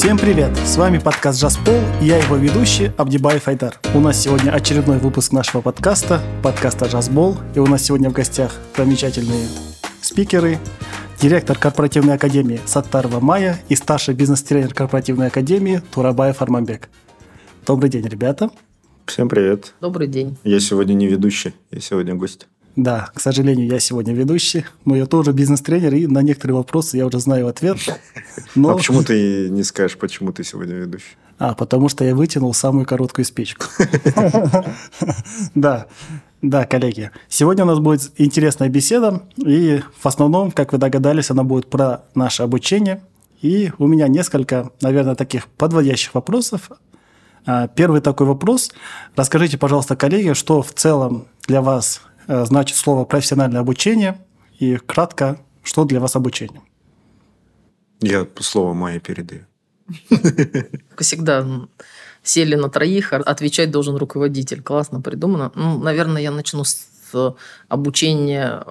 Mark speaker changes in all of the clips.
Speaker 1: Всем привет! С вами подкаст «Джазпол» и я его ведущий Абдибаев Айдар. У нас сегодня очередной выпуск нашего подкаста «Джазбол». И у нас сегодня в гостях замечательные спикеры, директор корпоративной академии Саттарова Майя и старший бизнес-тренер корпоративной академии Турабаев Арманбек. Добрый день, ребята.
Speaker 2: Всем привет.
Speaker 3: Добрый день.
Speaker 2: Я сегодня не ведущий, я сегодня гость.
Speaker 1: Да, к сожалению, я сегодня ведущий, но я тоже бизнес-тренер, и на некоторые вопросы я уже знаю ответ. Но...
Speaker 2: А почему ты не скажешь, почему ты сегодня ведущий?
Speaker 1: Потому что я вытянул самую короткую спичку. Да, коллеги. Сегодня у нас будет интересная беседа, и в основном, как вы догадались, она будет про наше обучение. И у меня несколько, наверное, таких подводящих вопросов. Первый такой вопрос. Расскажите, пожалуйста, коллеги, что в целом для вас значит слово «профессиональное обучение» и кратко, что для вас обучение?
Speaker 2: Я слово Майе передаю.
Speaker 3: Как всегда, сели на троих, отвечать должен руководитель. Классно придумано. Наверное, я начну с обучения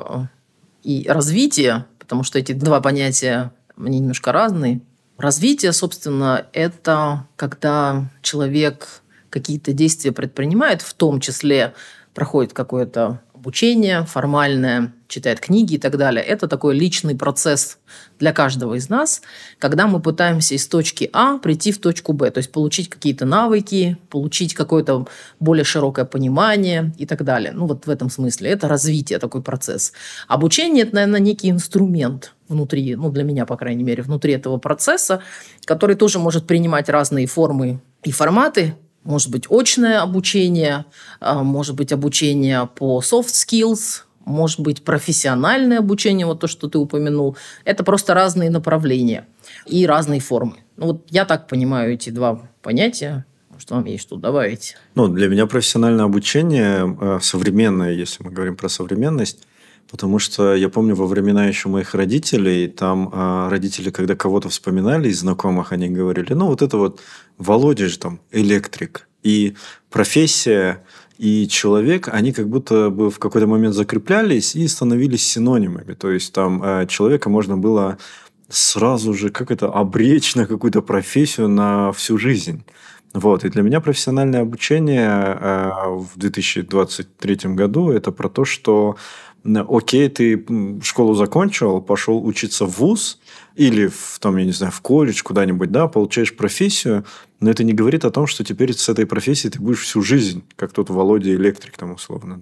Speaker 3: и развития, потому что эти два понятия мне немножко разные. Развитие, собственно, это когда человек какие-то действия предпринимает, в том числе проходит какое-то обучение формальное, читает книги и так далее. Это такой личный процесс для каждого из нас, когда мы пытаемся из точки А прийти в точку Б, то есть получить какие-то навыки, получить какое-то более широкое понимание и так далее. Вот в этом смысле это развитие, такой процесс. Обучение – это, наверное, некий инструмент внутри, для меня, по крайней мере, внутри этого процесса, который тоже может принимать разные формы и форматы. Может быть, очное обучение, может быть, обучение по soft skills, может быть, профессиональное обучение, вот то, что ты упомянул. Это просто разные направления и разные формы. Я так понимаю эти два понятия. Может, вам есть что добавить?
Speaker 2: Для меня профессиональное обучение современное, если мы говорим про современность, потому что я помню во времена еще моих родителей, там родители, когда кого-то вспоминали из знакомых, они говорили, это Володя же там электрик. И профессия, и человек, они как будто бы в какой-то момент закреплялись и становились синонимами. То есть там человека можно было сразу же обречь на какую-то профессию на всю жизнь. И для меня профессиональное обучение в 2023 году – это про то, что окей, ты школу закончил, пошел учиться в вуз или в колледж куда-нибудь, получаешь профессию, но это не говорит о том, что теперь с этой профессией ты будешь всю жизнь, как тот Володя электрик там условно,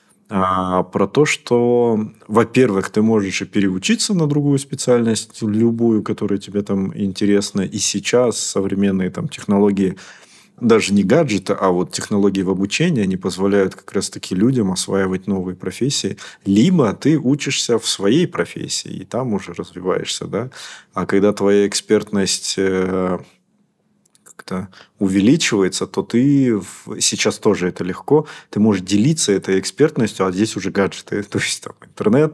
Speaker 2: А про то, что, во-первых, ты можешь и переучиться на другую специальность, любую, которая тебе там интересна, и сейчас современные технологии, даже не гаджеты, а технологии в обучении, они позволяют как раз-таки людям осваивать новые профессии. Либо ты учишься в своей профессии, и там уже развиваешься, А когда твоя экспертность как-то увеличивается, то ты сейчас тоже это легко. Ты можешь делиться этой экспертностью, а здесь уже гаджеты. То есть интернет,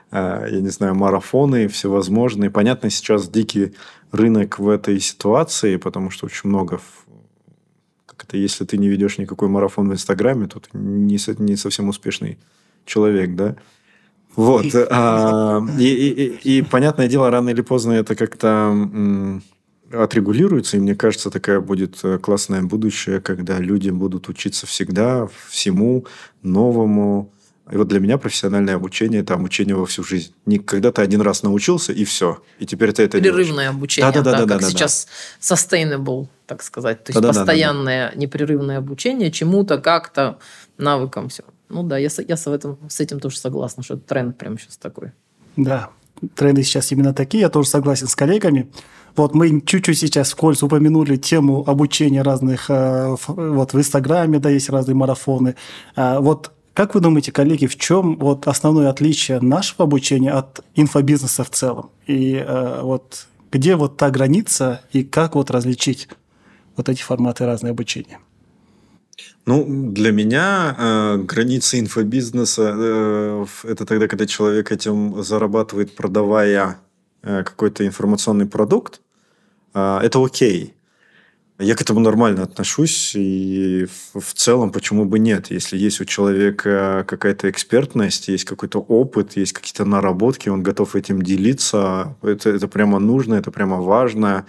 Speaker 2: марафоны всевозможные. Понятно, сейчас дикий рынок в этой ситуации, потому что очень много... Если ты не ведешь никакой марафон в Инстаграме, то ты не совсем успешный человек, И понятное дело, рано или поздно это как-то отрегулируется, и мне кажется, такая будет классное будущее, когда люди будут учиться всегда, всему новому. И для меня профессиональное обучение – это обучение во всю жизнь. Не когда ты один раз научился, и все. И теперь ты это делаешь.
Speaker 3: Непрерывное обучение, как сейчас sustainable, так сказать. То есть, постоянное непрерывное обучение чему-то, как-то, навыкам. Все. Я с этим тоже согласна, что это тренд прямо сейчас такой.
Speaker 1: Да, тренды сейчас именно такие. Я тоже согласен с коллегами. Мы чуть-чуть сейчас вскользь упомянули тему обучения разных... в Инстаграме, есть разные марафоны. Как вы думаете, коллеги, в чем основное отличие нашего обучения от инфобизнеса в целом? И где та граница, и как различить эти форматы разные обучения?
Speaker 2: Для меня граница инфобизнеса это тогда, когда человек этим зарабатывает, продавая какой-то информационный продукт. Это окей. Я к этому нормально отношусь, и в целом почему бы нет? Если есть у человека какая-то экспертность, есть какой-то опыт, есть какие-то наработки, он готов этим делиться, это прямо нужно, это прямо важно.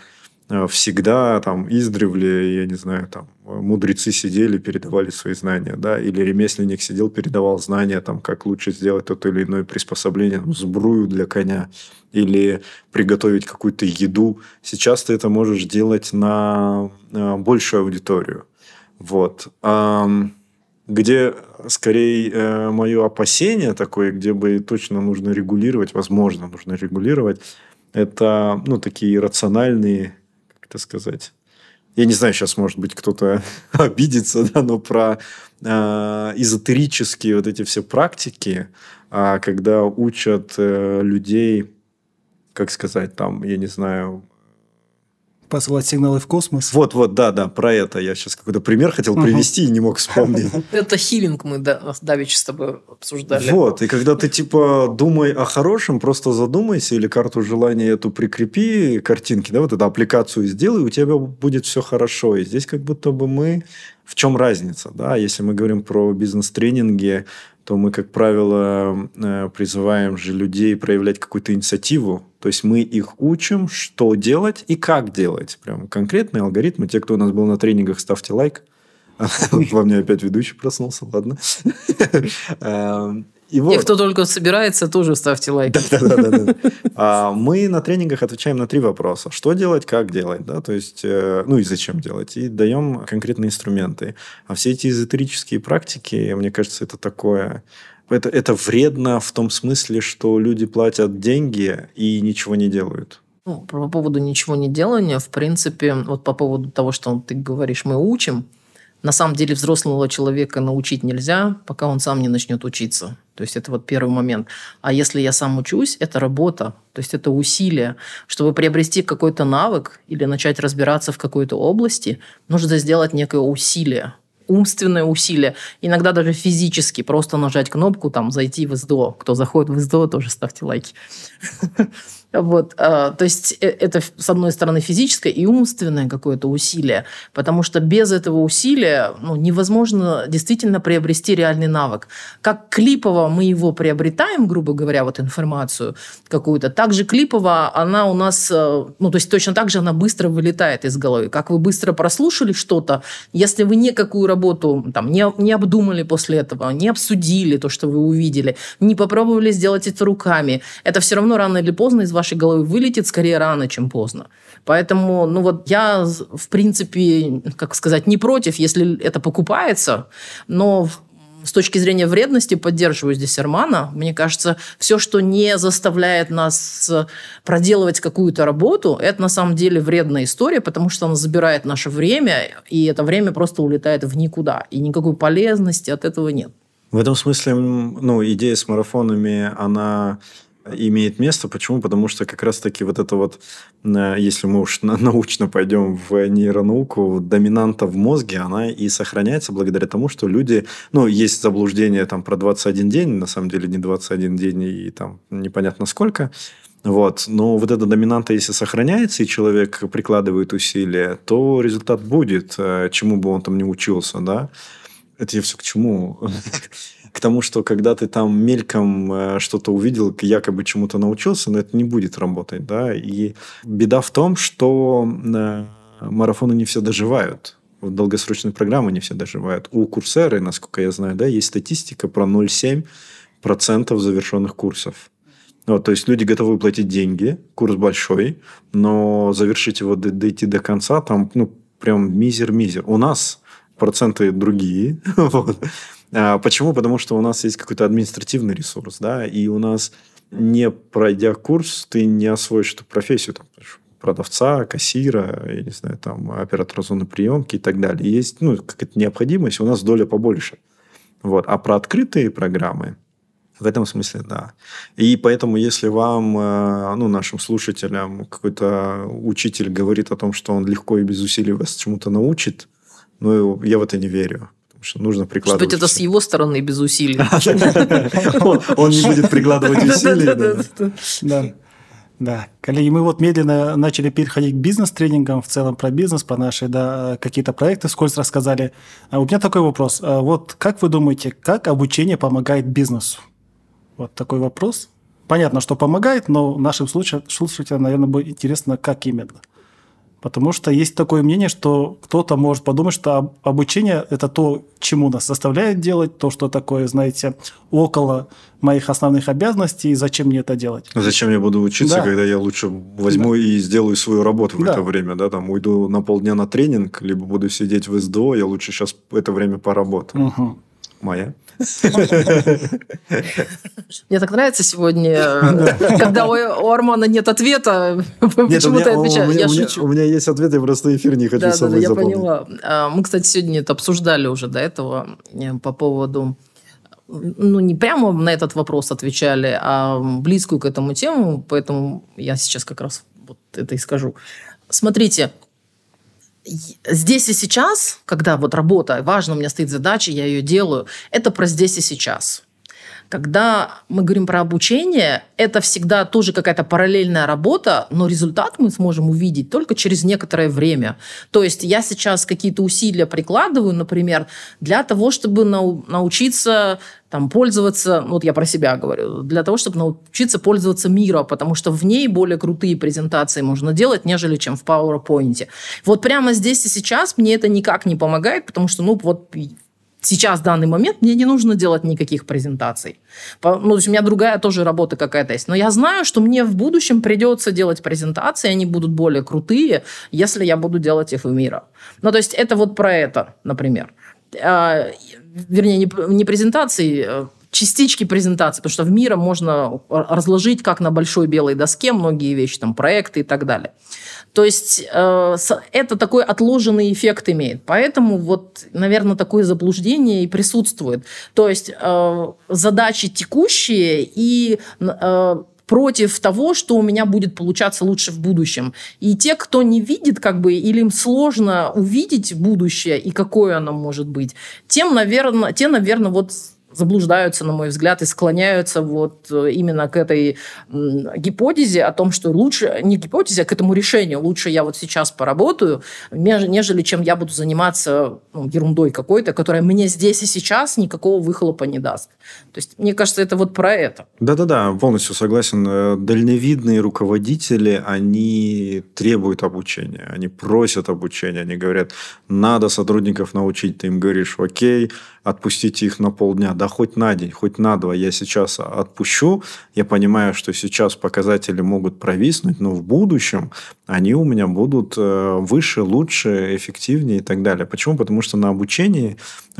Speaker 2: всегда там издревле, я не знаю, там мудрецы сидели, передавали свои знания, да, или ремесленник сидел, передавал знания, там, как лучше сделать то или иное приспособление, там, сбрую для коня, или приготовить какую-то еду. Сейчас ты это можешь делать на большую аудиторию. Вот. Где, скорее, мое опасение такое, где бы точно нужно регулировать, возможно, нужно регулировать, это, такие рациональные, как это сказать, я не знаю, сейчас, может быть, кто-то обидится, да, но про эзотерические вот эти все практики, когда учат людей, как сказать, там, я не знаю...
Speaker 1: Посылать сигналы в космос.
Speaker 2: Вот, да, про это. Я сейчас какой-то пример хотел привести и не мог вспомнить.
Speaker 3: Это хилинг мы давеча с тобой обсуждали.
Speaker 2: Вот, и когда ты типа думай о хорошем, просто задумайся или карту желания эту прикрепи, картинки, да, вот эту аппликацию сделай, у тебя будет все хорошо. И здесь как будто бы мы... В чем разница, да? Если мы говорим про бизнес-тренинги, то мы, как правило, призываем же людей проявлять какую-то инициативу. То есть мы их учим, что делать и как делать. Прям конкретные алгоритмы. Те, кто у нас был на тренингах, ставьте лайк. Во мне опять ведущий проснулся, ладно.
Speaker 3: Те, кто только собирается, тоже ставьте лайк.
Speaker 2: Да. Мы на тренингах отвечаем на 3 вопроса. Что делать, как делать, да, то есть, и зачем делать. И даем конкретные инструменты. А все эти эзотерические практики, мне кажется, это такое... Это вредно в том смысле, что люди платят деньги и ничего не делают.
Speaker 3: По поводу ничего не делания, в принципе, вот по поводу того, что ты говоришь, мы учим, на самом деле взрослого человека научить нельзя, пока он сам не начнет учиться. То есть это вот первый момент. А если я сам учусь, это работа, то есть это усилие. Чтобы приобрести какой-то навык или начать разбираться в какой-то области, нужно сделать некое усилие. Умственное усилие, иногда даже физически, просто нажать кнопку, там, зайти в СДО. Кто заходит в СДО, тоже ставьте лайки. Вот. То есть это, с одной стороны, физическое и умственное какое-то усилие, потому что без этого усилия невозможно действительно приобрести реальный навык. Как клипово мы его приобретаем, грубо говоря, вот информацию какую-то, так же клипово она у нас, то есть точно так же она быстро вылетает из головы. Как вы быстро прослушали что-то, если вы никакую работу там, не обдумали после этого, не обсудили то, что вы увидели, не попробовали сделать это руками, это все равно рано или поздно из вашей головы вылетит, скорее рано, чем поздно. Поэтому, я, в принципе, как сказать, не против, если это покупается, но с точки зрения вредности поддерживаю здесь Армана. Мне кажется, все, что не заставляет нас проделывать какую-то работу, это на самом деле вредная история, потому что она забирает наше время, и это время просто улетает в никуда. И никакой полезности от этого нет.
Speaker 2: В этом смысле, идея с марафонами, она имеет место. Почему? Потому что как раз-таки вот это вот, если мы уж научно пойдем в нейронауку, доминанта в мозге, она и сохраняется благодаря тому, что люди... есть заблуждение там про 21 день, на самом деле не 21 день и там непонятно сколько. Вот. Но вот эта доминанта, если сохраняется, и человек прикладывает усилия, то результат будет, чему бы он там ни учился, да. Это я все к чему? К тому, что когда ты там мельком что-то увидел, якобы чему-то научился, но это не будет работать, да. И беда в том, что марафоны не все доживают. В долгосрочные программы не все доживают. У Курсеры, насколько я знаю, да, есть статистика про 0,7% завершенных курсов. То есть люди готовы платить деньги, курс большой, но завершить его, дойти до конца, там, прям мизер. У нас проценты другие. Почему? Потому что у нас есть какой-то административный ресурс, да, и у нас, не пройдя курс, ты не освоишь эту профессию, там, продавца, кассира, я не знаю, там, оператора зоны приемки и так далее. Есть, какая-то необходимость, у нас доля побольше. Вот. А про открытые программы, в этом смысле, да. И поэтому, если вам, нашим слушателям, какой-то учитель говорит о том, что он легко и без усилий вас чему-то научит, я в это не верю. Потому что нужно прикладывать...
Speaker 3: Может быть, это с его стороны без усилий.
Speaker 2: Он не будет прикладывать усилий.
Speaker 1: Да. Коллеги, мы медленно начали переходить к бизнес-тренингам, в целом про бизнес, про наши какие-то проекты вскользь рассказали. У меня такой вопрос. Как вы думаете, как обучение помогает бизнесу? Вот такой вопрос. Понятно, что помогает, но нашим слушателям, наверное, будет интересно, как именно. Потому что есть такое мнение, что кто-то может подумать, что обучение – это то, чему нас заставляют делать, то, что такое, знаете, около моих основных обязанностей, и зачем мне это делать.
Speaker 2: Зачем я буду учиться, когда я лучше возьму и сделаю свою работу в это время, да, там уйду на полдня на тренинг, либо буду сидеть в СДО, я лучше сейчас это время поработаю. Моя.
Speaker 3: Мне так нравится сегодня, когда у Армана нет ответа, почему ты отвечаешь? Я шучу.
Speaker 2: У меня есть ответ, я просто эфир не хочу с собой заполнить.
Speaker 3: Я поняла. Мы, кстати, сегодня это обсуждали уже до этого по поводу... Ну, не прямо на этот вопрос отвечали, а близкую к этому тему, поэтому я сейчас как раз вот это и скажу. Смотрите, здесь и сейчас, когда вот работа, важно, у меня стоит задача, я ее делаю, это про здесь и сейчас. Когда мы говорим про обучение, это всегда тоже какая-то параллельная работа, но результат мы сможем увидеть только через некоторое время. То есть я сейчас какие-то усилия прикладываю, например, для того, чтобы научиться пользоваться, вот я про себя говорю, для того, чтобы научиться пользоваться Miro, потому что в ней более крутые презентации можно делать, нежели чем в PowerPoint. Вот прямо здесь и сейчас мне это никак не помогает, потому что, сейчас, в данный момент, мне не нужно делать никаких презентаций. То есть у меня другая тоже работа какая-то есть. Но я знаю, что мне в будущем придется делать презентации, они будут более крутые, если я буду делать их в Miro. То есть это вот про это, например. Вернее, не презентации, частички презентации, потому что в Miro можно разложить как на большой белой доске многие вещи, проекты и так далее. То есть это такой отложенный эффект имеет. Поэтому наверное, такое заблуждение и присутствует. То есть задачи текущие и против того, что у меня будет получаться лучше в будущем. И те, кто не видит, или им сложно увидеть будущее и какое оно может быть, те, наверное, заблуждаются, на мой взгляд, и склоняются именно к этой гипотезе о том, что лучше, не гипотезе, а к этому решению, лучше я сейчас поработаю, нежели чем я буду заниматься ерундой какой-то, которая мне здесь и сейчас никакого выхлопа не даст. То есть, мне кажется, это про это.
Speaker 2: Да-да-да, полностью согласен. Дальновидные руководители, они требуют обучения, они просят обучения, они говорят, надо сотрудников научить, ты им говоришь, окей, отпустите их на полдня, да хоть на день, хоть на два я сейчас отпущу. Я понимаю, что сейчас показатели могут провиснуть, но в будущем они у меня будут выше, лучше, эффективнее и так далее. Почему? Потому что в обучении,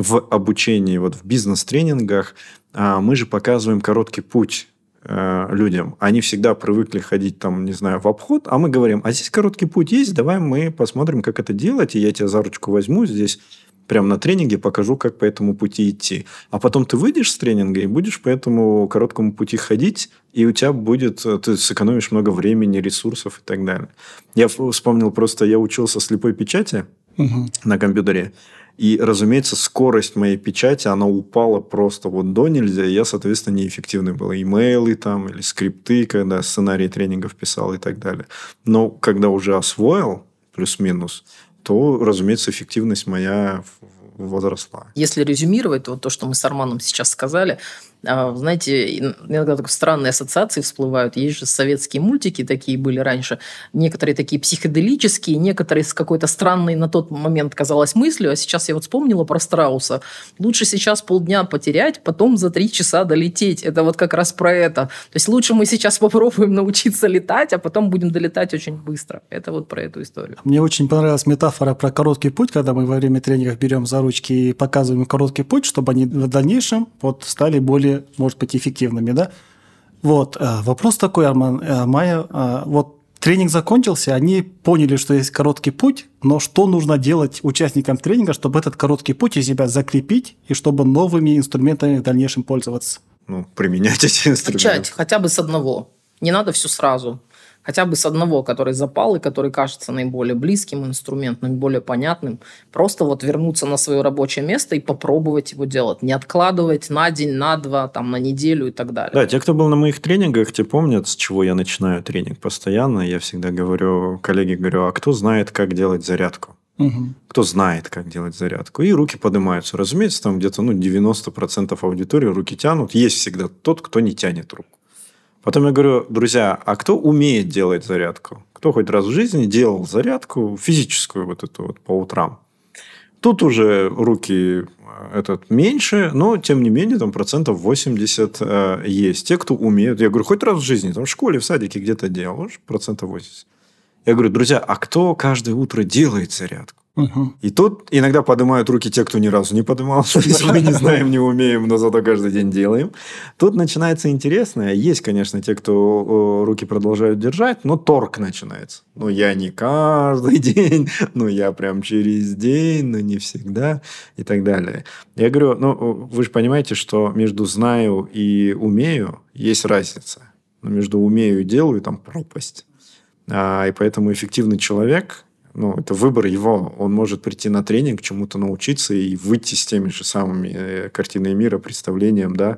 Speaker 2: в бизнес-тренингах мы же показываем короткий путь людям. Они всегда привыкли ходить в обход, а мы говорим, а здесь короткий путь есть, давай мы посмотрим, как это делать, и я тебя за ручку возьму здесь, прямо на тренинге покажу, как по этому пути идти. А потом ты выйдешь с тренинга и будешь по этому короткому пути ходить, и у тебя ты сэкономишь много времени, ресурсов и так далее. Я вспомнил просто, я учился слепой печати на компьютере, и, разумеется, скорость моей печати, она упала просто до нельзя, и я, соответственно, неэффективный был. Имейлы или скрипты, когда сценарии тренингов писал и так далее. Но когда уже освоил, плюс-минус, то, разумеется, эффективность моя возросла.
Speaker 3: Если резюмировать то, что мы с Арманом сейчас сказали, знаете, иногда такие странные ассоциации всплывают. Есть же советские мультики, такие были раньше. Некоторые такие психоделические, некоторые с какой-то странной на тот момент казалось мыслью. А сейчас я вспомнила про страуса. Лучше сейчас полдня потерять, потом за 3 часа долететь. Это как раз про это. То есть лучше мы сейчас попробуем научиться летать, а потом будем долетать очень быстро. Это про эту историю.
Speaker 1: Мне очень понравилась метафора про короткий путь, когда мы во время тренингов берем за ручки и показываем короткий путь, чтобы они в дальнейшем стали более, может быть, эффективными, да? Вопрос такой, Арман, Майя, тренинг закончился, они поняли, что есть короткий путь, но что нужно делать участникам тренинга, чтобы этот короткий путь из себя закрепить и чтобы новыми инструментами в дальнейшем пользоваться?
Speaker 2: Применять эти инструменты.
Speaker 3: Начать хотя бы с одного. Не надо все сразу. Хотя бы с одного, который запал и который кажется наиболее близким инструментом, наиболее понятным. Просто вернуться на свое рабочее место и попробовать его делать. Не откладывать на день, на два, на неделю и так далее.
Speaker 2: Да, те, кто был на моих тренингах, те помнят, с чего я начинаю тренинг постоянно. Я всегда коллеге говорю, а кто знает, как делать зарядку? Кто знает, как делать зарядку. И руки поднимаются. Разумеется, там где-то 90% аудитории руки тянут. Есть всегда тот, кто не тянет руку. Потом я говорю: друзья, а кто умеет делать зарядку? Кто хоть раз в жизни делал зарядку физическую вот эту вот по утрам? Тут уже руки меньше, но, тем не менее, там 80% есть. Те, кто умеют. Я говорю: хоть раз в жизни, там в школе, в садике где-то делал, 80%. Я говорю: друзья, а кто каждое утро делает зарядку?
Speaker 1: Угу.
Speaker 2: И тут иногда поднимают руки те, кто ни разу не поднимался. Если мы не знаем, не умеем, но зато каждый день делаем. Тут начинается интересное. Есть, конечно, те, кто руки продолжают держать, но торг начинается. Ну, я не каждый день, ну, я прям через день, но не всегда и так далее. Я говорю: ну, вы же понимаете, что между знаю и умею есть разница. Но между умею и делаю там пропасть. И поэтому эффективный человек... Ну, это выбор его. Он может прийти на тренинг, чему-то научиться и выйти с теми же самыми картиной мира, представлением, да,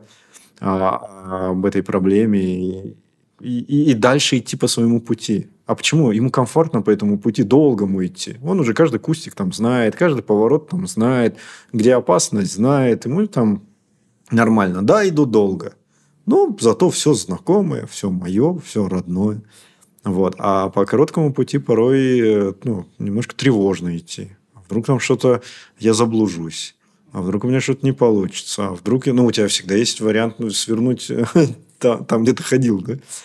Speaker 2: об этой проблеме и дальше идти по своему пути. А почему? Ему комфортно по этому пути долгому идти. Он уже каждый кустик там знает, каждый поворот там знает, где опасность знает. Ему там нормально. Да, иду долго. Но зато все знакомое, все мое, все родное. Вот. А по короткому пути порой немножко тревожно идти. А вдруг там что-то я заблужусь. А вдруг у меня что-то не получится. А вдруг у тебя всегда есть вариант свернуть там, где ты ходил,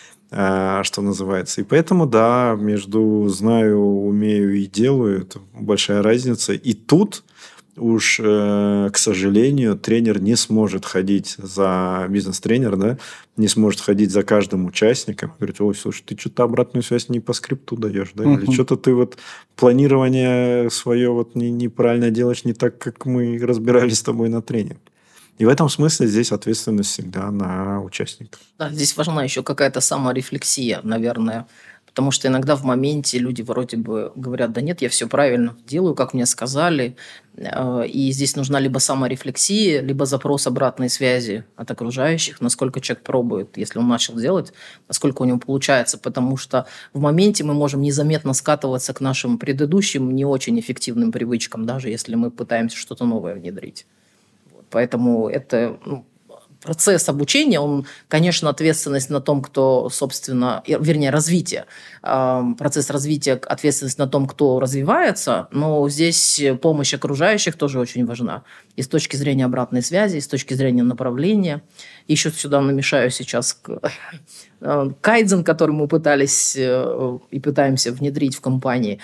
Speaker 2: да? Что называется. И поэтому, да, между знаю, умею и делаю, это большая разница. И тут уж, к сожалению, тренер не сможет ходить за... Бизнес-тренер, да, не сможет ходить за каждым участником. Говорит: ой, слушай, ты что-то обратную связь не по скрипту даешь, да? Или что-то ты планирование свое неправильно делаешь, не так, как мы разбирались с тобой на тренинге. И в этом смысле здесь ответственность всегда на участников.
Speaker 3: Да, здесь важна еще какая-то саморефлексия, наверное. Потому что иногда в моменте люди вроде бы говорят: да нет, я все правильно делаю, как мне сказали. И здесь нужна либо саморефлексия, либо запрос обратной связи от окружающих, насколько человек пробует, если он начал делать, насколько у него получается. Потому что в моменте мы можем незаметно скатываться к нашим предыдущим не очень эффективным привычкам, даже если мы пытаемся что-то новое внедрить. Вот. Поэтому это... Процесс обучения, он, конечно, ответственность на том, кто, собственно, вернее, развитие. Процесс развития, ответственность на том, кто развивается, но здесь помощь окружающих тоже очень важна. И с точки зрения обратной связи, и с точки зрения направления. Еще сюда намешаю сейчас кайдзен, который мы пытались и пытаемся внедрить в компании.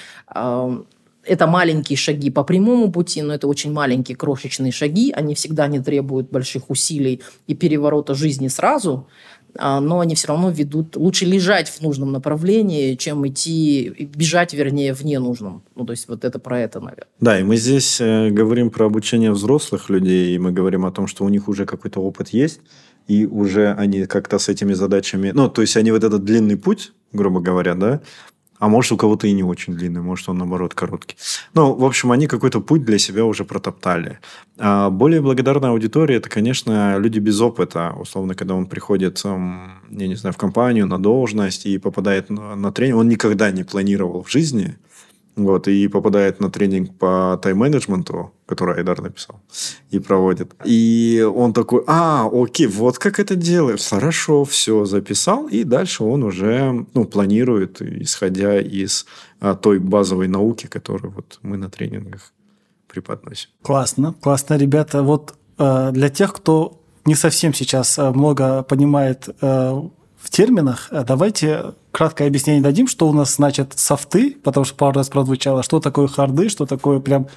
Speaker 3: Это маленькие шаги по прямому пути, но это очень маленькие крошечные шаги. Они всегда не требуют больших усилий и переворота жизни сразу, но они все равно ведут... Лучше лежать в нужном направлении, чем бежать, вернее, в ненужном. Ну, то есть, вот это про это, наверное.
Speaker 2: Да, и мы здесь говорим про обучение взрослых людей, и мы говорим о том, что у них уже какой-то опыт есть, и уже они как-то с этими задачами... Ну, то есть, они вот этот длинный путь, грубо говоря, да, а может, у кого-то и не очень длинный, может, он, наоборот, короткий. Ну, в общем, они какой-то путь для себя уже протоптали. А более благодарная аудитория – это, конечно, люди без опыта. Условно, когда он приходит, я не знаю, в компанию на должность и попадает на тренинг, он никогда не планировал в жизни, вот, и попадает на тренинг по тайм-менеджменту, который Айдар написал, и проводит. И он такой: окей, вот как это делают. Хорошо, все, записал. И дальше он уже планирует, исходя из той базовой науки, которую вот мы на тренингах преподносим.
Speaker 1: Классно, классно, ребята. Вот для тех, кто не совсем сейчас много понимает в терминах, давайте краткое объяснение дадим, что у нас значит софты, потому что пару раз прозвучало, что такое харды, что такое прям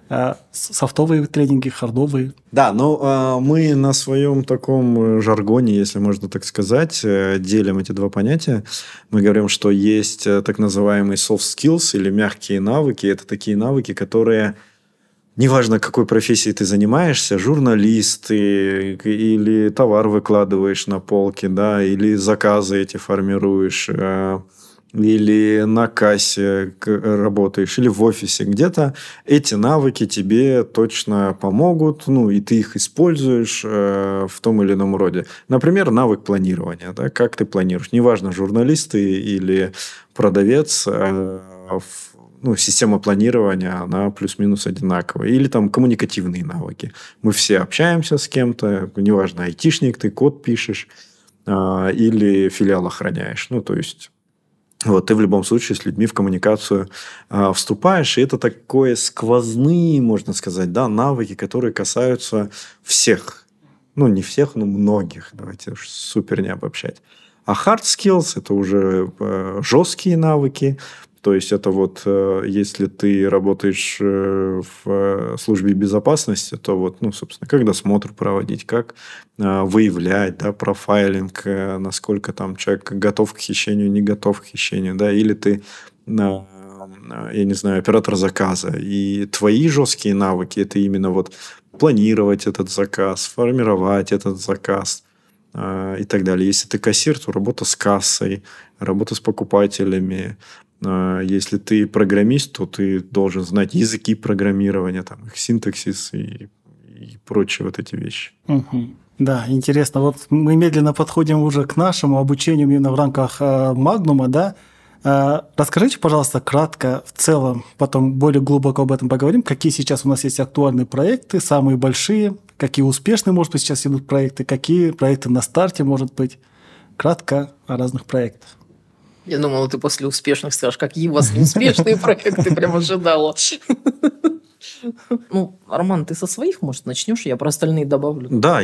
Speaker 1: софтовые тренинги, хардовые.
Speaker 2: Да, но мы на своем таком жаргоне, если можно так сказать, делим эти два понятия. Мы говорим, что есть так называемые soft skills или мягкие навыки. Это такие навыки, которые... Неважно, какой профессией ты занимаешься, журналист или товар выкладываешь на полке, да, или заказы эти формируешь, или на кассе работаешь, или в офисе где-то, эти навыки тебе точно помогут, и ты их используешь в том или ином роде. Например, навык планирования, да, как ты планируешь. Неважно, журналист ты или продавец, система планирования, она плюс-минус одинаковая. Или там коммуникативные навыки. Мы все общаемся с кем-то, неважно, айтишник ты, код пишешь. или филиал охраняешь. Ну, то есть, вот ты в любом случае с людьми в коммуникацию вступаешь, и это такое сквозные, можно сказать, да, навыки, которые касаются всех. Ну, не всех, но многих. Давайте уж супер не обобщать. А hard skills – это уже жесткие навыки. То есть, это вот если ты работаешь в службе безопасности, то вот, ну, собственно, как досмотр проводить, как выявлять, да, профайлинг, насколько там человек готов к хищению, не готов к хищению, да, или ты, я не знаю, оператор заказа, и твои жесткие навыки – это именно вот планировать этот заказ, формировать этот заказ и так далее. Если ты кассир, то работа с кассой, работа с покупателями. Если ты программист, то ты должен знать языки программирования, там, их синтаксис и прочие вот эти вещи.
Speaker 1: Угу. Да, интересно. Вот мы медленно подходим уже к нашему обучению именно в рамках Магнума, да? Расскажите, пожалуйста, кратко, в целом, потом более глубоко об этом поговорим, какие сейчас у нас есть актуальные проекты, самые большие, какие успешные, может быть, сейчас идут проекты, какие проекты на старте, может быть. Кратко о разных проектах.
Speaker 3: Я думала, ты после успешных скажешь, какие у вас неуспешные проекты, прям ожидала. Ну, Роман, ты со своих, может, начнешь? Я про остальные добавлю.
Speaker 2: Да,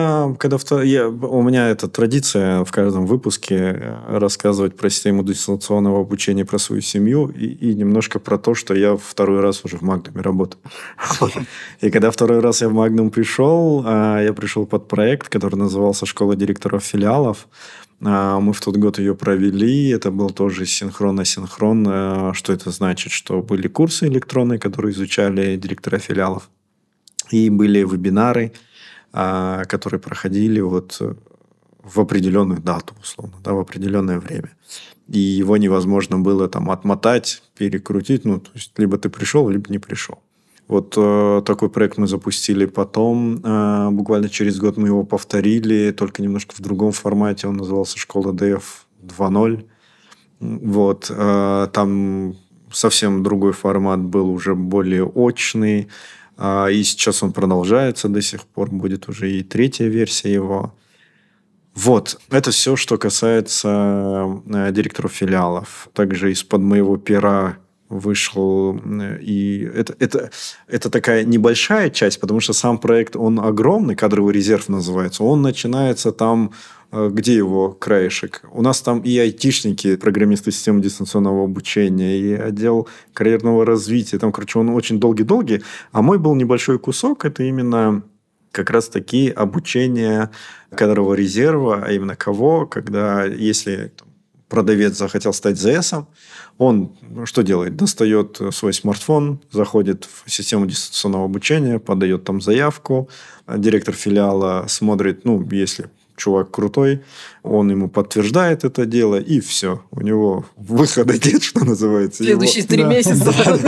Speaker 2: у меня это традиция в каждом выпуске рассказывать про систему дистанционного обучения, про свою семью и немножко про то, что я второй раз уже в Магнуме работаю. И когда второй раз я в Магнум пришел, я пришел под проект, который назывался «Школа директоров филиалов». Мы в тот год ее провели. Это был тоже синхрон-асинхрон. Что это значит? Что были курсы электронные, которые изучали директора филиалов. И были вебинары, которые проходили вот в определенную дату, условно, да, в определенное время. И его невозможно было там отмотать, перекрутить. Ну, то есть, либо ты пришел, либо не пришел. Вот такой проект мы запустили потом. Буквально через год мы его повторили, только немножко в другом формате. Он назывался «Школа ДФ 2.0». Вот. Там совсем другой формат был, уже более очный. И сейчас он продолжается до сих пор. Будет уже и третья версия его. Вот. Это все, что касается директоров филиалов. Также из-под моего пера вышел, и это такая небольшая часть, потому что сам проект, он огромный, кадровый резерв называется, он начинается там, где его краешек. У нас там и айтишники, программисты системы дистанционного обучения, и отдел карьерного развития, там, короче, он очень долгий-долгий, а мой был небольшой кусок, это именно как раз-таки обучение кадрового резерва, а именно кого, когда, если продавец захотел стать ЗСом, он что делает? Достает свой смартфон, заходит в систему дистанционного обучения, подает там заявку. Директор филиала смотрит, ну, если чувак крутой, он ему подтверждает это дело, и все. У него выхода нет, что называется.
Speaker 3: Следующие 3 месяца.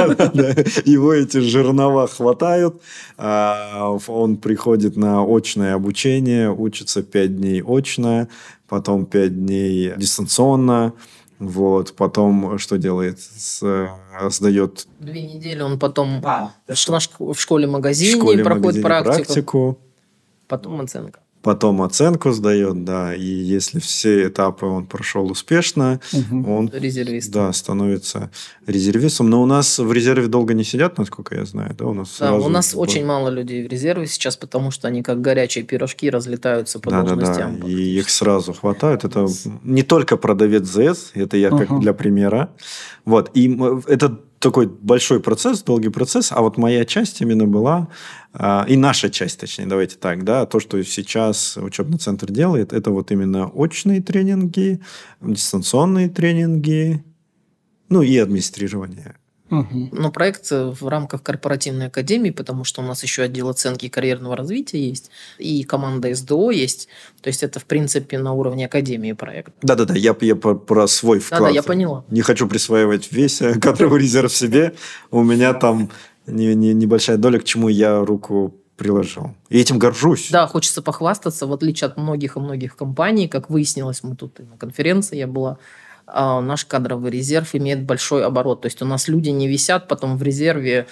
Speaker 2: Его эти жернова хватают. Он приходит на очное обучение, учится 5 дней очно, потом 5 дней дистанционно. Вот, потом что делает? Сдает...
Speaker 3: 2 недели он потом в школе-магазине проходит практику. Потом оценка.
Speaker 2: Потом оценку сдает, да. И если все этапы он прошел успешно, он становится резервистом. Но у нас в резерве долго не сидят, насколько я знаю. Да,
Speaker 3: у нас очень мало людей в резерве сейчас, потому что они как горячие пирожки разлетаются по должностям.
Speaker 2: Да. И их сразу хватают. Это не только продавец ЗС, это я как для примера. Вот. И это такой большой процесс, долгий процесс, а вот моя часть именно была, и наша часть, точнее, давайте так, да, то, что сейчас учебный центр делает, это вот именно очные тренинги, дистанционные тренинги, ну и администрирование.
Speaker 3: Но проект в рамках корпоративной академии, потому что у нас еще отдел оценки карьерного развития есть, и команда СДО есть. То есть, это, в принципе, на уровне академии проект.
Speaker 2: Да-да-да, я про свой вклад.
Speaker 3: Да, я поняла.
Speaker 2: Не хочу присваивать весь кадровый резерв себе. У меня там небольшая доля, к чему я руку приложил. И этим горжусь.
Speaker 3: Да, хочется похвастаться, в отличие от многих и многих компаний, как выяснилось, мы тут и на конференции я была, наш кадровый резерв имеет большой оборот. То есть, у нас люди не висят потом в резерве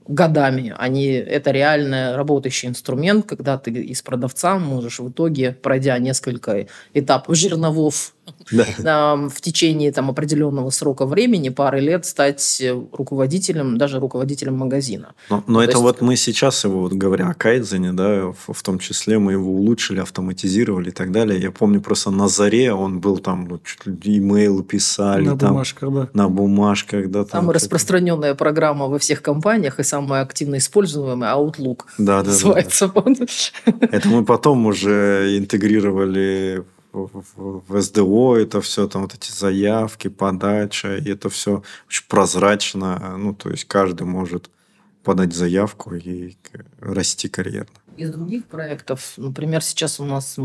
Speaker 3: годами. Это реально работающий инструмент, когда ты из продавца можешь в итоге, пройдя несколько этапов жерновов в течение определенного срока времени, пары лет, стать руководителем, даже руководителем магазина.
Speaker 2: Но это вот мы сейчас его, говоря о кайдзене, да, в том числе мы его улучшили, автоматизировали и так далее. Я помню, просто на заре он был там, чуть ли имейлы писали.
Speaker 1: На бумажках, да.
Speaker 2: На бумажках, да.
Speaker 3: Самая распространенная программа во всех компаниях и самая активно используемая Outlook.
Speaker 2: Да.
Speaker 3: Называется.
Speaker 2: Это мы потом уже интегрировали в СДО, это все, там вот эти заявки, подача, и это все очень прозрачно. Ну, то есть каждый может подать заявку и расти карьерно.
Speaker 3: Из других проектов, например, сейчас у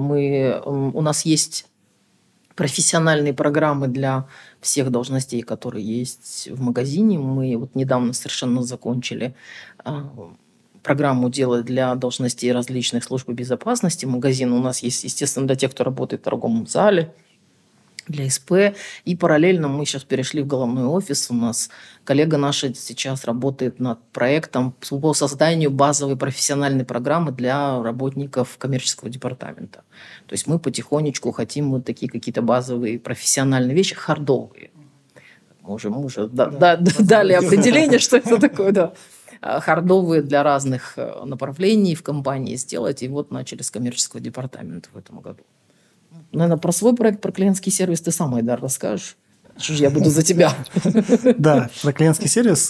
Speaker 3: нас есть профессиональные программы для всех должностей, которые есть в магазине. Мы вот недавно совершенно закончили программу делать для должностей различных служб безопасности. Магазин у нас есть, естественно, для тех, кто работает в торговом зале, для СП. И параллельно мы сейчас перешли в головной офис. У нас коллега наша сейчас работает над проектом по созданию базовой профессиональной программы для работников коммерческого департамента. То есть мы потихонечку хотим вот такие какие-то базовые профессиональные вещи, хардовые. Мы уже дали определение, что это такое, да. Хардовые для разных направлений в компании сделать. И вот начали с коммерческого департамента в этом году. Наверное, про свой проект, про клиентский сервис ты сам, Айдар, расскажешь? Что же я буду за тебя?
Speaker 1: Да, про клиентский сервис.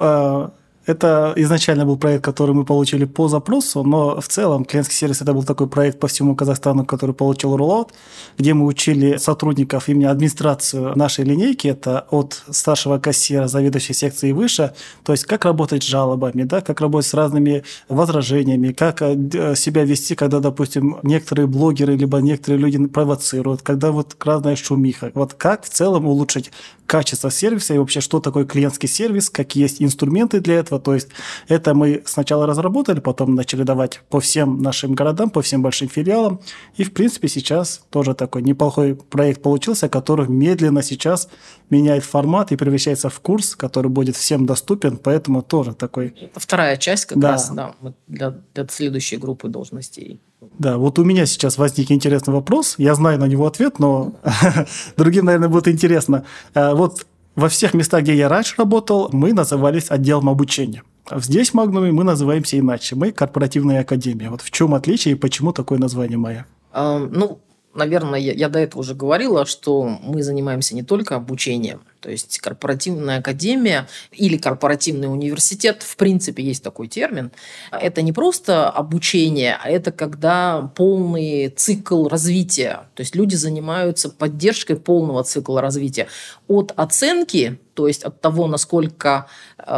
Speaker 1: Это изначально был проект, который мы получили по запросу, но в целом клиентский сервис – это был такой проект по всему Казахстану, который получил роллаут, где мы учили сотрудников, именно администрацию нашей линейки, это от старшего кассира, заведующей секции и выше, то есть как работать с жалобами, да, как работать с разными возражениями, как себя вести, когда, допустим, некоторые блогеры, либо некоторые люди провоцируют, когда вот разная шумиха. Вот как в целом улучшить качество сервиса и вообще, что такое клиентский сервис, какие есть инструменты для этого. То есть это мы сначала разработали, потом начали давать по всем нашим городам, по всем большим филиалам. И, в принципе, сейчас тоже такой неплохой проект получился, который медленно сейчас меняет формат и превращается в курс, который будет всем доступен, поэтому тоже такой...
Speaker 3: Это вторая часть как раз, да, для следующей группы должностей.
Speaker 1: Да, вот у меня сейчас возник интересный вопрос. Я знаю на него ответ, но другим, наверное, будет интересно. Вот во всех местах, где я раньше работал, мы назывались отделом обучения. Здесь в Магнуме мы называемся иначе. Мы корпоративная академия. Вот в чем отличие и почему такое название мое?
Speaker 3: Наверное, я до этого уже говорила, что мы занимаемся не только обучением. То есть корпоративная академия или корпоративный университет, в принципе, есть такой термин. Это не просто обучение, а это когда полный цикл развития. То есть люди занимаются поддержкой полного цикла развития. От оценки, то есть от того, насколько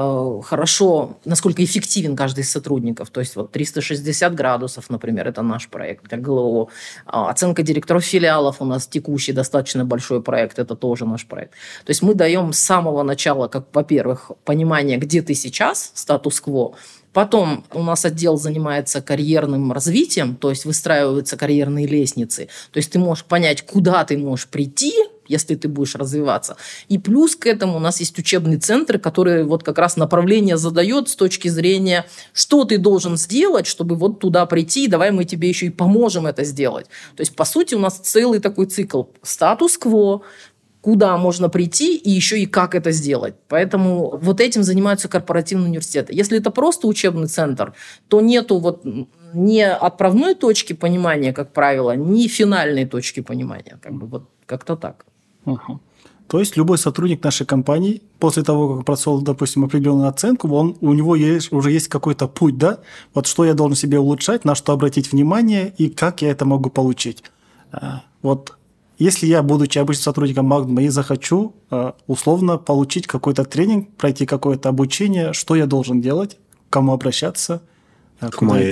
Speaker 3: насколько эффективен каждый из сотрудников. То есть вот 360 градусов, например, это наш проект для ГЛО. Оценка директоров филиалов у нас текущий достаточно большой проект, это тоже наш проект. То есть мы даем с самого начала, как, во-первых, понимание, где ты сейчас, статус-кво. Потом у нас отдел занимается карьерным развитием, то есть выстраиваются карьерные лестницы. То есть ты можешь понять, куда ты можешь прийти, если ты будешь развиваться. И плюс к этому у нас есть учебный центр, который вот как раз направление задает с точки зрения, что ты должен сделать, чтобы вот туда прийти, и давай мы тебе еще и поможем это сделать. То есть, по сути, у нас целый такой цикл. Статус-кво, куда можно прийти и еще и как это сделать. Поэтому вот этим занимаются корпоративные университеты. Если это просто учебный центр, то нету вот ни отправной точки понимания, как правило, ни финальной точки понимания. Как бы вот как-то так.
Speaker 1: Угу. То есть любой сотрудник нашей компании, после того, как прошел, допустим, определенную оценку, у него уже есть какой-то путь, да? Вот что я должен себе улучшать, на что обратить внимание и как я это могу получить. Вот если я, будучи обычным сотрудником Магнума, и захочу условно получить какой-то тренинг, пройти какое-то обучение, что я должен делать, к кому обращаться?
Speaker 2: К Майе.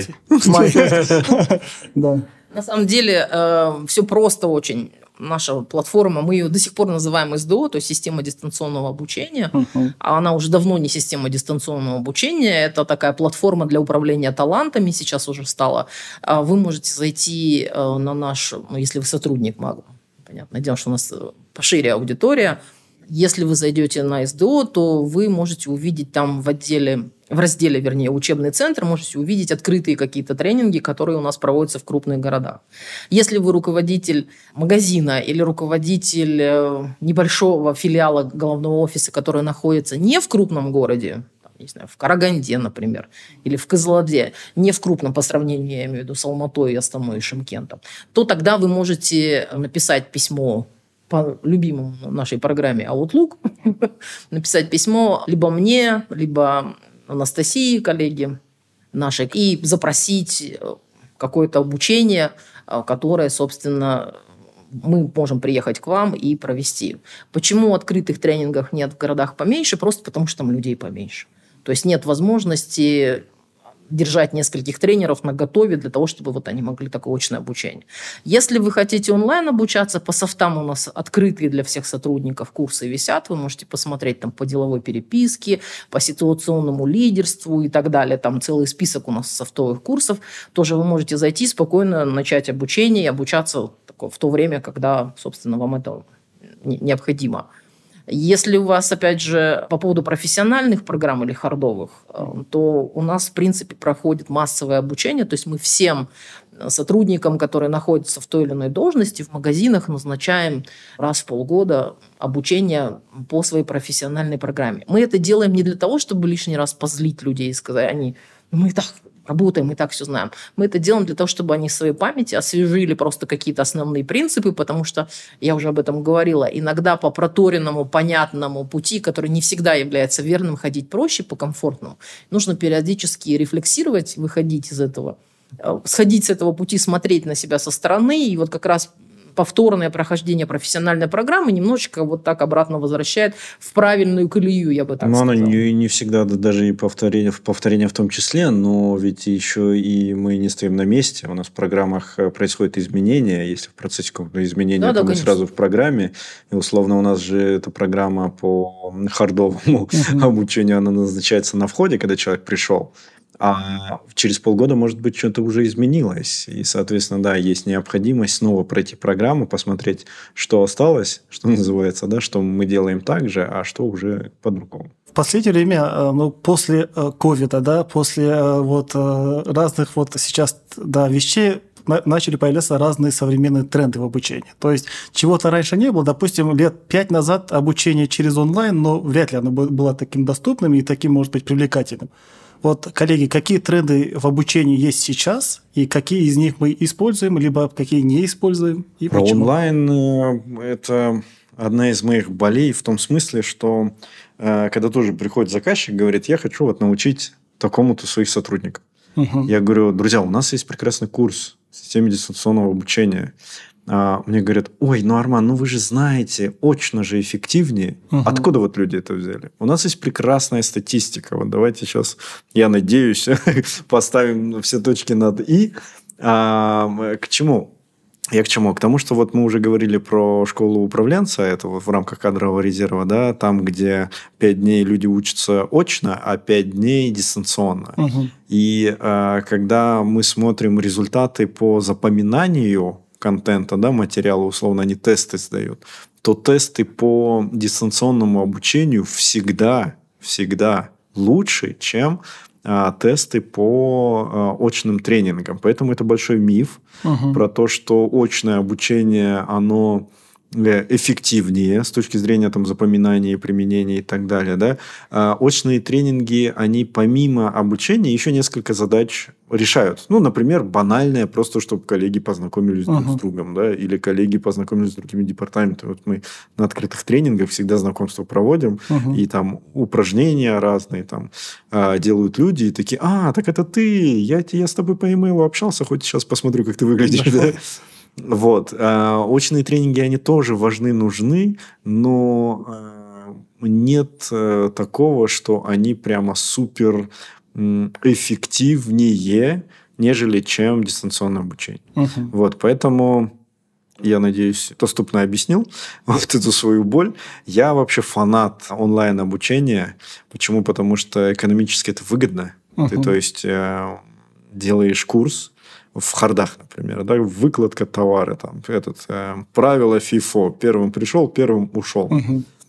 Speaker 3: На самом деле все просто очень. Наша платформа, мы ее до сих пор называем СДО, то есть система дистанционного обучения. А она уже давно не система дистанционного обучения. Это такая платформа для управления талантами сейчас уже стала. Вы можете зайти на наш, если вы сотрудник Магнума. Понятное дело, что у нас пошире аудитория. Если вы зайдете на СДО, то вы можете увидеть там в разделе, учебный центр, можете увидеть открытые какие-то тренинги, которые у нас проводятся в крупных городах. Если вы руководитель магазина или руководитель небольшого филиала головного офиса, который находится не в крупном городе, не знаю, в Караганде, например, или в Кызыладе, не в крупном по сравнению, я имею в виду, с Алматой, Астаной и Шымкентом, то тогда вы можете написать письмо по любимому нашей программе Outlook, написать письмо либо мне, либо Анастасии, коллеге нашей, и запросить какое-то обучение, которое, собственно, мы можем приехать к вам и провести. Почему открытых тренингов нет в городах поменьше? Просто потому, что там людей поменьше. То есть нет возможности держать нескольких тренеров наготове для того, чтобы вот они могли такое очное обучение. Если вы хотите онлайн обучаться, по софтам у нас открытые для всех сотрудников курсы висят. Вы можете посмотреть там по деловой переписке, по ситуационному лидерству и так далее. Там целый список у нас софтовых курсов. Тоже вы можете зайти спокойно, начать обучение и обучаться в то время, когда, собственно, вам это необходимо. Если у вас, опять же, по поводу профессиональных программ или хардовых, то у нас, в принципе, проходит массовое обучение. То есть мы всем сотрудникам, которые находятся в той или иной должности, в магазинах назначаем раз в полгода обучение по своей профессиональной программе. Мы это делаем не для того, чтобы лишний раз позлить людей и сказать, мы и так работаем, мы и так все знаем. Мы это делаем для того, чтобы они в своей памяти освежили просто какие-то основные принципы, потому что, я уже об этом говорила, иногда по проторенному, понятному пути, который не всегда является верным, ходить проще, по комфортному. Нужно периодически рефлексировать, выходить из этого, сходить с этого пути, смотреть на себя со стороны, и вот как раз повторное прохождение профессиональной программы немножечко вот так обратно возвращает в правильную колею, я бы так сказала.
Speaker 2: Но оно не всегда, даже и повторение в том числе, но ведь еще и мы не стоим на месте. У нас в программах происходят изменения. Если в процессе какого-то изменения, то мы сразу в программе. И условно у нас же эта программа по хардовому обучению, она назначается на входе, когда человек пришел. А через полгода, может быть, что-то уже изменилось. И, соответственно, да, есть необходимость снова пройти программу, посмотреть, что осталось, что называется, да, что мы делаем так же, а что уже по-другому.
Speaker 1: В последнее время, после ковида, да, после разных сейчас вещей, начали появляться разные современные тренды в обучении. То есть, чего-то раньше не было. Допустим, лет 5 назад обучение через онлайн, но вряд ли оно было таким доступным и таким, может быть, привлекательным. Вот, коллеги, какие тренды в обучении есть сейчас, и какие из них мы используем, либо какие не используем, и
Speaker 2: про
Speaker 1: почему?
Speaker 2: Онлайн – это одна из моих болей в том смысле, что когда тоже приходит заказчик, говорит, я хочу научить такому-то своих сотрудников. Я говорю, друзья, у нас есть прекрасный курс в системе дистанционного обучения. Мне говорят, Арман, вы же знаете, очно же эффективнее. Откуда люди это взяли? У нас есть прекрасная статистика. Давайте сейчас, я надеюсь, поставим все точки над «и». К чему? Я к чему? К тому, что мы уже говорили про школу управленца, это в рамках кадрового резерва, да, там, где 5 дней люди учатся очно, а 5 дней дистанционно. И когда мы смотрим результаты по запоминанию контента, да, материала, условно, они тесты сдают, то тесты по дистанционному обучению всегда лучше, чем тесты по очным тренингам. Поэтому это большой миф про то, что очное обучение, оно эффективнее с точки зрения запоминания, применения и так далее. Да? Очные тренинги, они помимо обучения еще несколько задач решают. Например, банальное, просто чтобы коллеги познакомились друг с другом, да? Или коллеги познакомились с другими департаментами. Мы на открытых тренингах всегда знакомства проводим, и там упражнения разные делают люди, и такие, так это ты, я с тобой по e-mail общался, хоть сейчас посмотрю, как ты выглядишь. Да? Очные тренинги, они тоже важны, нужны, но нет такого, что они прямо супер эффективнее, нежели чем дистанционное обучение. Поэтому я надеюсь, доступно объяснил эту свою боль. Я вообще фанат онлайн-обучения. Почему? Потому что экономически это выгодно. Ты, то есть, делаешь курс в хардах, например, да, выкладка товара, правило FIFO. Первым пришел, первым ушел.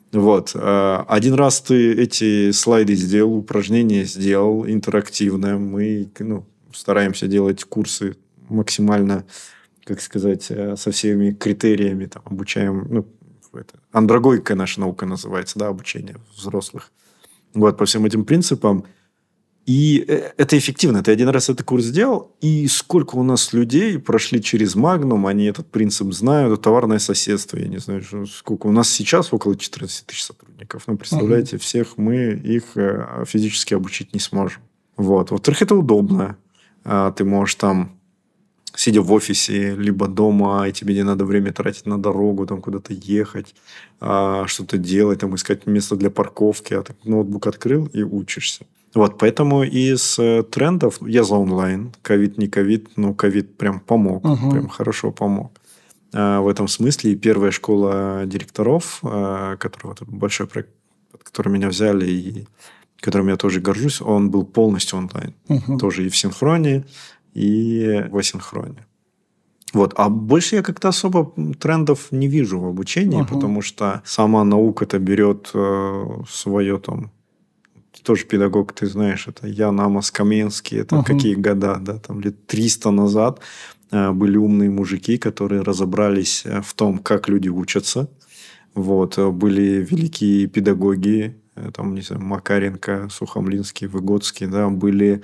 Speaker 2: Вот. Один раз ты эти слайды сделал, упражнения сделал интерактивное. Мы стараемся делать курсы максимально, как сказать, со всеми критериями. Там, обучаем... андрогогика наша наука называется, да, обучение взрослых. Вот, по всем этим принципам. И это эффективно. Ты один раз этот курс сделал, и сколько у нас людей прошли через Магнум, они этот принцип знают, товарное соседство, я не знаю, сколько. У нас сейчас около 14 тысяч сотрудников. Представляете, всех мы их физически обучить не сможем. Вот. Во-вторых, это удобно. Ты можешь там, сидя в офисе, либо дома, и тебе не надо время тратить на дорогу, там куда-то ехать, что-то делать, там искать место для парковки, а ты ноутбук открыл и учишься. Вот, поэтому из трендов я за онлайн. Ковид, не ковид, но ковид прям помог, прям хорошо помог. В этом смысле и первая школа директоров, который большой проект, под который меня взяли и которым я тоже горжусь, он был полностью онлайн. Тоже и в синхроне, и в асинхроне. Вот. А больше я как-то особо трендов не вижу в обучении, потому что сама наука-то берет свое там... Ты тоже педагог, ты знаешь, это Ян Амос Каменский, это какие года, да, там лет 300 назад были умные мужики, которые разобрались в том, как люди учатся. Вот. Были великие педагоги, там, не знаю, Макаренко, Сухомлинский, Выгодский, да, были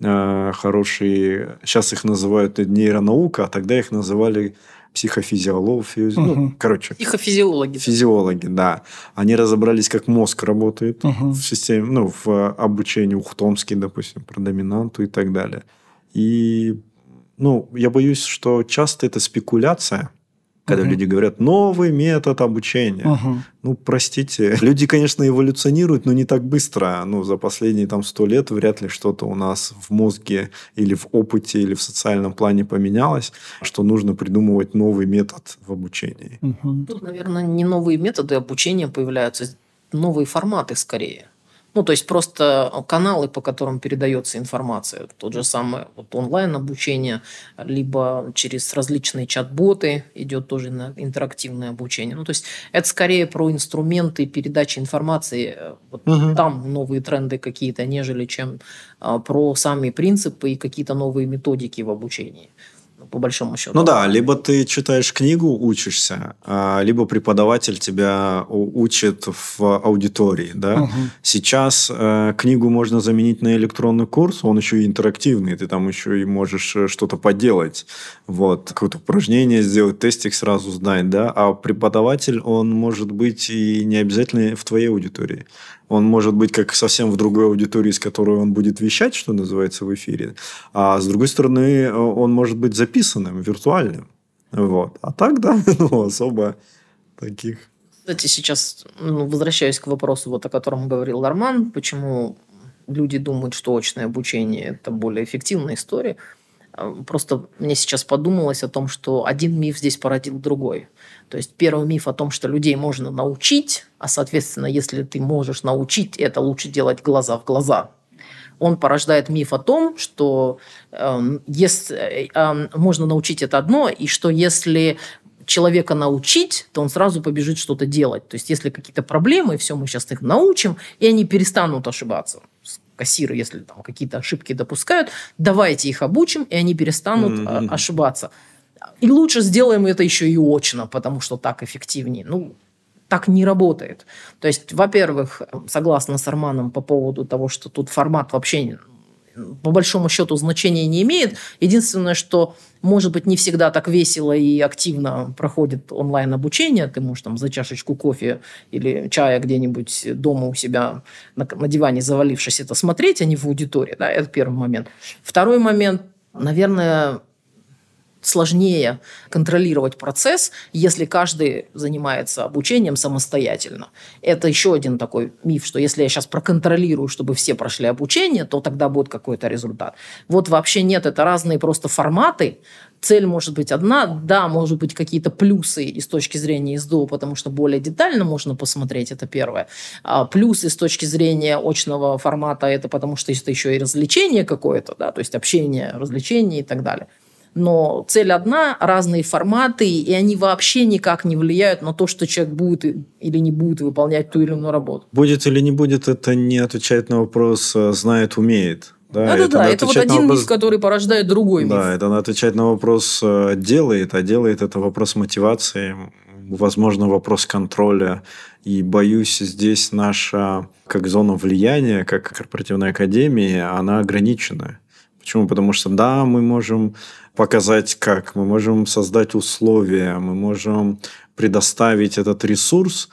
Speaker 2: хорошие, сейчас их называют нейронаука, а тогда их называли психофизиологи,
Speaker 3: психофизиологи.
Speaker 2: Физиологи, да. Они разобрались, как мозг работает в системе, в обучении Ухтомский, допустим, про доминанту и так далее. И, я боюсь, что часто это спекуляция, когда люди говорят, новый метод обучения. Простите. Люди, конечно, эволюционируют, но не так быстро. За последние 100 лет вряд ли что-то у нас в мозге или в опыте, или в социальном плане поменялось, что нужно придумывать новый метод в обучении.
Speaker 3: Тут, наверное, не новые методы обучения появляются, новые форматы скорее. То есть, просто каналы, по которым передается информация. Тот же самый онлайн-обучение, либо через различные чат-боты идет тоже на интерактивное обучение. То есть, это скорее про инструменты передачи информации. Там новые тренды какие-то, нежели чем про сами принципы и какие-то новые методики в обучении. По большому счету.
Speaker 2: Либо ты читаешь книгу, учишься, либо преподаватель тебя учит в аудитории. Да? Сейчас книгу можно заменить на электронный курс, он еще и интерактивный, ты там еще и можешь что-то поделать. Какое-то упражнение сделать, тестик сразу сдать. Да? А преподаватель, он может быть и не обязательно в твоей аудитории. Он может быть как совсем в другой аудитории, с которой он будет вещать, что называется, в эфире. А с другой стороны, он может быть записанным, виртуальным. А так, да, особо таких...
Speaker 3: Кстати, сейчас возвращаюсь к вопросу, о котором говорил Арман. Почему люди думают, что очное обучение – это более эффективная история. Просто мне сейчас подумалось о том, что один миф здесь породил другой. То есть, первый миф о том, что людей можно научить, а, соответственно, если ты можешь научить, это лучше делать глаза в глаза. Он порождает миф о том, что можно научить это одно, и что если человека научить, то он сразу побежит что-то делать. То есть, если какие-то проблемы, все, мы сейчас их научим, и они перестанут ошибаться. Кассиры, если там какие-то ошибки допускают, давайте их обучим, и они перестанут ошибаться. И лучше сделаем это еще и очно, потому что так эффективнее. Так не работает. То есть, во-первых, согласна с Арманом по поводу того, что тут формат вообще по большому счету значения не имеет. Единственное, что, может быть, не всегда так весело и активно проходит онлайн-обучение. Ты можешь там за чашечку кофе или чая где-нибудь дома у себя на диване завалившись это смотреть, а не в аудитории. Да? Это первый момент. Второй момент, наверное, сложнее контролировать процесс, если каждый занимается обучением самостоятельно. Это еще один такой миф, что если я сейчас проконтролирую, чтобы все прошли обучение, то тогда будет какой-то результат. Вообще нет, это разные просто форматы. Цель может быть одна, да, может быть какие-то плюсы и с точки зрения СДО, потому что более детально можно посмотреть, это первое. А плюсы с точки зрения очного формата, это потому что это еще и развлечение какое-то, да, то есть общение, развлечение и так далее. но цель одна, разные форматы, и они вообще никак не влияют на то, что человек будет или не будет выполнять ту или иную работу.
Speaker 2: Будет или не будет, это не отвечает на вопрос «знает, умеет».
Speaker 3: Да, это вот один миф, который порождает другой миф.
Speaker 2: Да, это надо отвечать на вопрос «делает», а делает это вопрос мотивации, возможно, вопрос контроля. И, боюсь, здесь наша как зона влияния, как корпоративная академия, она ограничена. Почему? Потому что, да, мы можем показать как, мы можем создать условия, мы можем предоставить этот ресурс,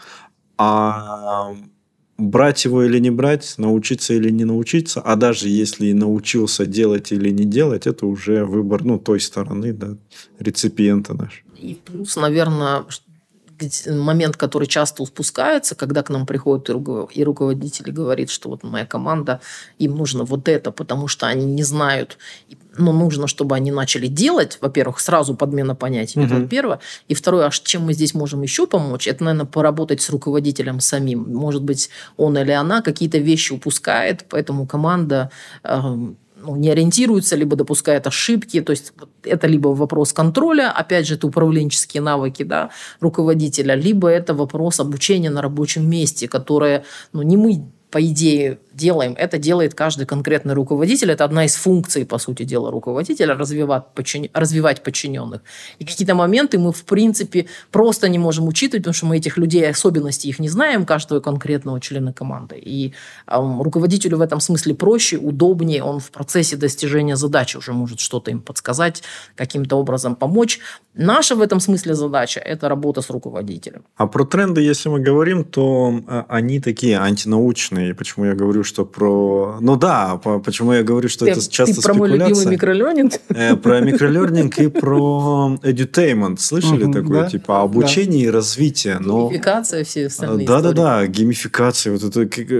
Speaker 2: а брать его или не брать, научиться или не научиться, а даже если и научился делать или не делать, это уже выбор той стороны, да, реципиента наш.
Speaker 3: И плюс, наверное, момент, который часто упускается, когда к нам приходит и руководитель и говорит, что вот моя команда, им нужно вот это, потому что они не знают, но нужно, чтобы они начали делать. Во-первых, сразу подмена понятий. Это первое. И второе, а чем мы здесь можем еще помочь? Это, наверное, поработать с руководителем самим. Может быть, он или она какие-то вещи упускает, поэтому команда не ориентируется, либо допускает ошибки. То есть это либо вопрос контроля, опять же, это управленческие навыки, да, руководителя, либо это вопрос обучения на рабочем месте, которое не мы, по идее, делаем. Это делает каждый конкретный руководитель. Это одна из функций, по сути дела, руководителя – развивать подчиненных. И какие-то моменты мы, в принципе, просто не можем учитывать, потому что мы этих людей, особенностей их не знаем, каждого конкретного члена команды. И руководителю в этом смысле проще, удобнее. Он в процессе достижения задачи уже может что-то им подсказать, каким-то образом помочь. Наша в этом смысле задача – это работа с руководителем.
Speaker 2: А про тренды, если мы говорим, то они такие антинаучные. Почему я говорю, что про... почему я говорю, что это часто спекуляция.
Speaker 3: Ты про мой любимый микролернинг?
Speaker 2: Про микролернинг и про edutainment. Слышали такое?
Speaker 1: Да.
Speaker 2: Типа обучение и развитие.
Speaker 3: Геймификация, все остальные
Speaker 2: Да, геймификация. Вот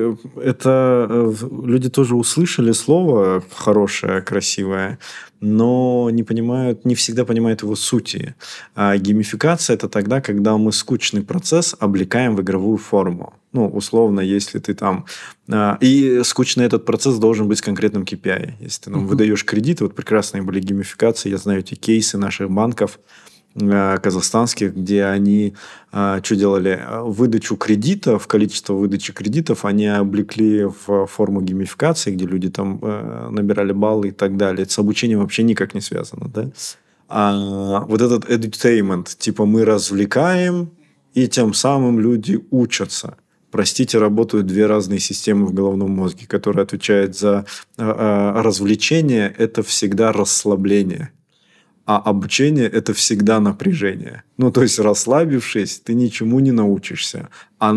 Speaker 2: это люди тоже услышали слово хорошее, красивое, но не всегда понимают его сути. А геймификация – это тогда, когда мы скучный процесс облекаем в игровую форму. Условно, если ты там... И скучный этот процесс должен быть с конкретным KPI. Если ты выдаешь кредиты, вот прекрасные были геймификации, я знаю эти кейсы наших банков казахстанских, где они что делали? Выдачу кредитов, количество выдачи кредитов они облекли в форму геймификации, где люди там набирали баллы и так далее. Это с обучением вообще никак не связано. Да? А вот этот edutainment, типа мы развлекаем, и тем самым люди учатся. Простите, работают две разные системы в головном мозге, которые отвечают за развлечение. Это всегда расслабление. А обучение – это всегда напряжение. То есть, расслабившись, ты ничему не научишься. А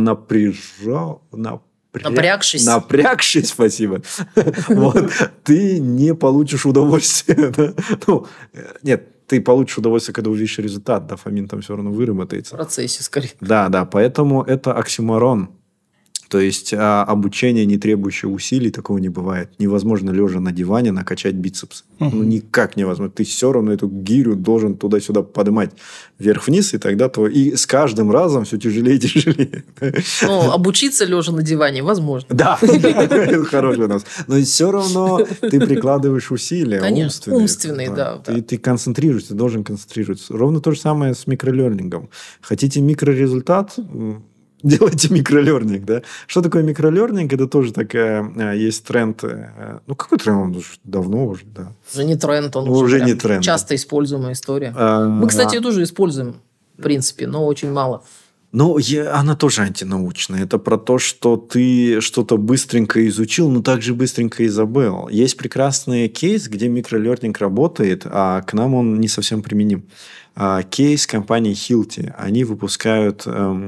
Speaker 2: напрягшись, спасибо, ты не получишь удовольствия. Нет, ты получишь удовольствие, когда увидишь результат. Дофамин там все равно выработается.
Speaker 3: В процессе, скорее.
Speaker 2: Да, поэтому это оксюморон. То есть, обучение, не требующее усилий, такого не бывает. Невозможно, лежа на диване, накачать бицепсы. Никак невозможно. Ты все равно эту гирю должен туда-сюда поднимать вверх-вниз, и тогда и с каждым разом все тяжелее и тяжелее.
Speaker 3: Обучиться лежа на диване возможно.
Speaker 2: Да, это хороший у нас. Но все равно ты прикладываешь усилия.
Speaker 3: Конечно, умственные, да.
Speaker 2: Ты концентрируешься, ты должен концентрироваться. Ровно то же самое с микролернингом. Хотите микрорезультат? Делайте микролернинг, да? Что такое микролернинг? Это тоже такая есть тренд. Какой тренд? Он уже давно уже, да.
Speaker 3: Уже не тренд, он
Speaker 2: уже не тренд.
Speaker 3: Часто используемая история. Мы, кстати, тоже используем, в принципе, но очень мало.
Speaker 2: Она тоже антинаучная. Это про то, что ты что-то быстренько изучил, но также быстренько и забыл. Есть прекрасный кейс, где микролернинг работает, а к нам он не совсем применим. Кейс компании Hilti. Они выпускают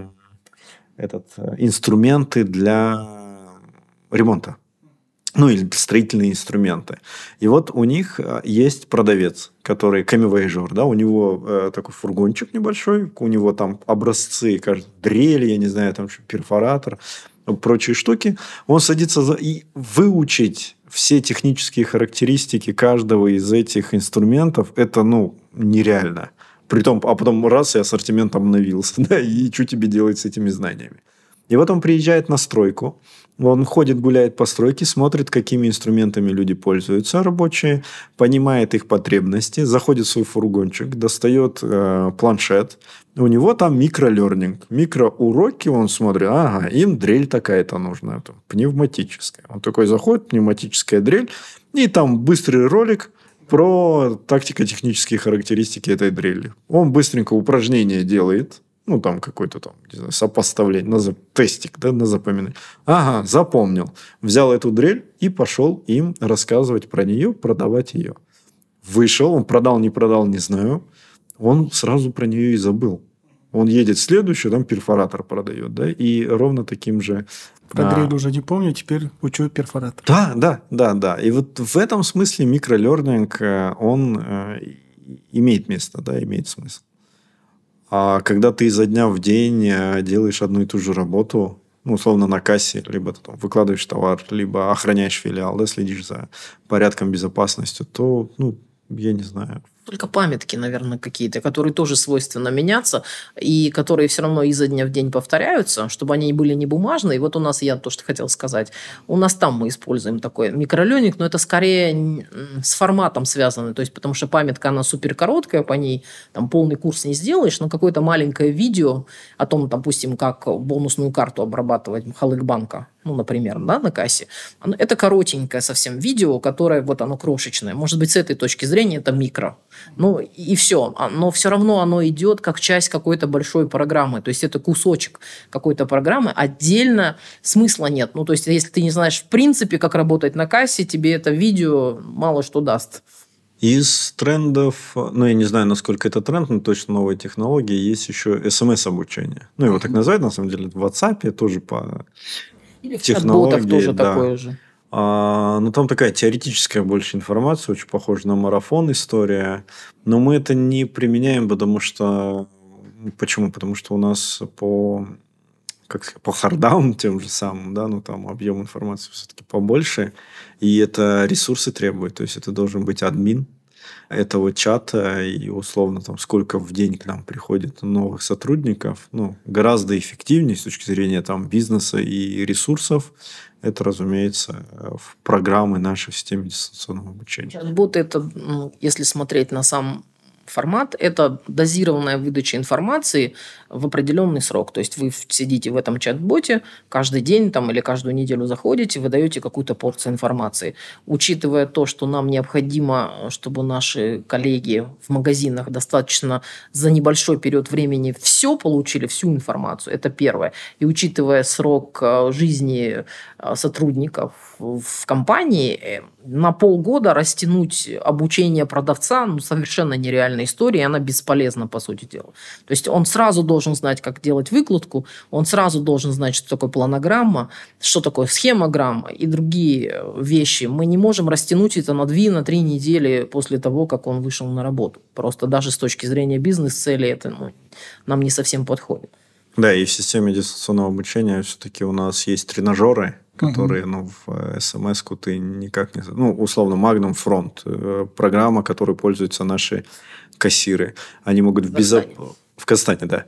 Speaker 2: инструменты для ремонта. Или строительные инструменты. И вот у них есть продавец, который камевейжор, да, у него такой фургончик небольшой, у него там образцы, кажется, дрели, я не знаю, там перфоратор, прочие штуки. Он садится и выучить все технические характеристики каждого из этих инструментов, это, нереально. Потом раз, и ассортимент обновился. Да, и что тебе делать с этими знаниями? И вот он приезжает на стройку, Он ходит, гуляет по стройке, смотрит, какими инструментами люди пользуются рабочие, понимает их потребности, заходит в свой фургончик, достает планшет. У него там микролернинг. Микроуроки он смотрит. Ага, им дрель такая-то нужна. Там, пневматическая. Он такой заходит, пневматическая дрель. И там быстрый ролик про тактико-технические характеристики этой дрели. Он быстренько упражнение делает. Ну, там какой-то там, не знаю, сопоставление, тестик, да, на запоминание. Ага, запомнил. Взял эту дрель и пошел им рассказывать про нее, продавать ее. Вышел, он продал, не продал, не знаю. Он сразу про нее и забыл. Он едет следующий, там перфоратор продает, да, и ровно таким же...
Speaker 1: Про дрель уже не помню, теперь учу перфоратор.
Speaker 2: Да. И вот в этом смысле микролернинг, он имеет место, да, имеет смысл. А когда ты изо дня в день делаешь одну и ту же работу, ну, условно, на кассе, либо ты там выкладываешь товар, либо охраняешь филиал, да, следишь за порядком, безопасностью, то, ну, я не знаю.
Speaker 3: Только памятки, наверное, какие-то, которые тоже свойственно меняться, и которые все равно изо дня в день повторяются, чтобы они были не бумажные. Вот у нас, я то, что хотел сказать, у нас там мы используем такой микролернинг, но это скорее с форматом связано, то есть потому что памятка, она супер короткая, по ней там полный курс не сделаешь, но какое-то маленькое видео о том, допустим, как бонусную карту обрабатывать Халык-банка, ну, например, да, на кассе, это коротенькое совсем видео, которое вот оно крошечное. Может быть, с этой точки зрения это микро. Ну, и все. Но все равно оно идет как часть какой-то большой программы. То есть, это кусочек какой-то программы. Отдельно смысла нет. Ну, то есть, если ты не знаешь в принципе, как работать на кассе, тебе это видео мало что даст.
Speaker 2: Из трендов, ну, я не знаю, насколько это тренд, но точно новые технологии, есть еще СМС-обучение. Ну, его так называют, на самом деле, в WhatsApp тоже по
Speaker 3: Или в
Speaker 2: технологии.
Speaker 3: чат-ботах тоже
Speaker 2: да.
Speaker 3: такое же.
Speaker 2: Ну, там такая теоретическая больше информация, очень похожа на марафон история. Но мы это не применяем, потому что... Почему? Потому что у нас по хардам тем же самым, да, ну, там объем информации все-таки побольше, и это ресурсы требует. То есть, это должен быть админ этого чата, и условно там сколько в день к нам приходит новых сотрудников, ну, гораздо эффективнее с точки зрения там бизнеса и ресурсов. Это, разумеется, в программы нашей в системе дистанционного обучения.
Speaker 3: Чат-бот это, если смотреть на сам формат, это дозированная выдача информации в определенный срок. То есть, вы сидите в этом чат-боте, каждый день там, или каждую неделю заходите, вы даете какую-то порцию информации. Учитывая то, что нам необходимо, чтобы наши коллеги в магазинах достаточно за небольшой период времени все получили, всю информацию, это первое. И учитывая срок жизни сотрудников в компании, на полгода растянуть обучение продавца совершенно нереальная история, и она бесполезна, по сути дела. То есть, он сразу должен знать, как делать выкладку, он сразу должен знать, что такое планограмма, что такое схемограмма и другие вещи. Мы не можем растянуть это на 2-3 недели после того, как он вышел на работу. Просто даже с точки зрения бизнес-цели это нам не совсем подходит.
Speaker 2: Да, и в системе дистанционного обучения все-таки у нас есть тренажеры, которые, в СМС-ку ты никак не... Ну, условно, Magnum Front, программа, которой пользуются наши кассиры. Они могут в Казахстане, да.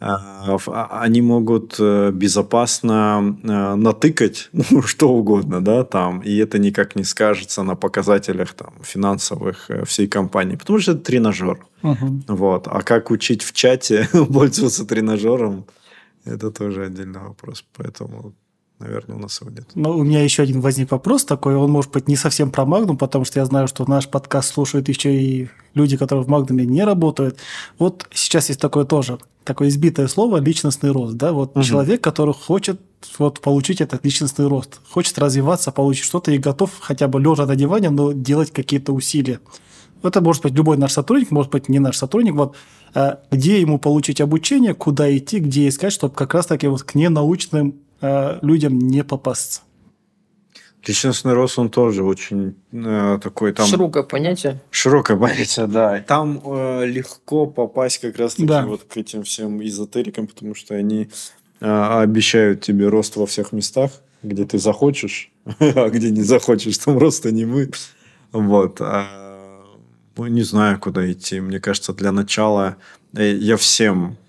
Speaker 2: Они могут безопасно натыкать что угодно, да, там, и это никак не скажется на показателях там, финансовых всей компании, потому что это тренажер. Вот. А как учить в чате пользоваться тренажером, это тоже отдельный вопрос. Поэтому, наверное, у нас его нет.
Speaker 1: Ну, у меня еще один возник вопрос такой. Он может быть не совсем про Magnum, потому что я знаю, что наш подкаст слушают еще и люди, которые в Magnum не работают. Вот сейчас есть такое избитое слово личностный рост. Да? Вот человек, который хочет получить этот личностный рост, хочет развиваться, получить что-то и готов хотя бы лежа на диване, но делать какие-то усилия. Это может быть любой наш сотрудник, может быть не наш сотрудник. Вот, где ему получить обучение, куда идти, где искать, чтобы как раз-таки к ненаучным людям не попасться.
Speaker 2: Личностный рост, он тоже очень такой... Там...
Speaker 3: Широкое понятие.
Speaker 2: Широкое понятие, да. Там легко попасть как раз-таки к этим всем эзотерикам, потому что они обещают тебе рост во всех местах, где ты захочешь, а где не захочешь, там роста не будет. Вот. Не знаю, куда идти. Мне кажется, для начала я всем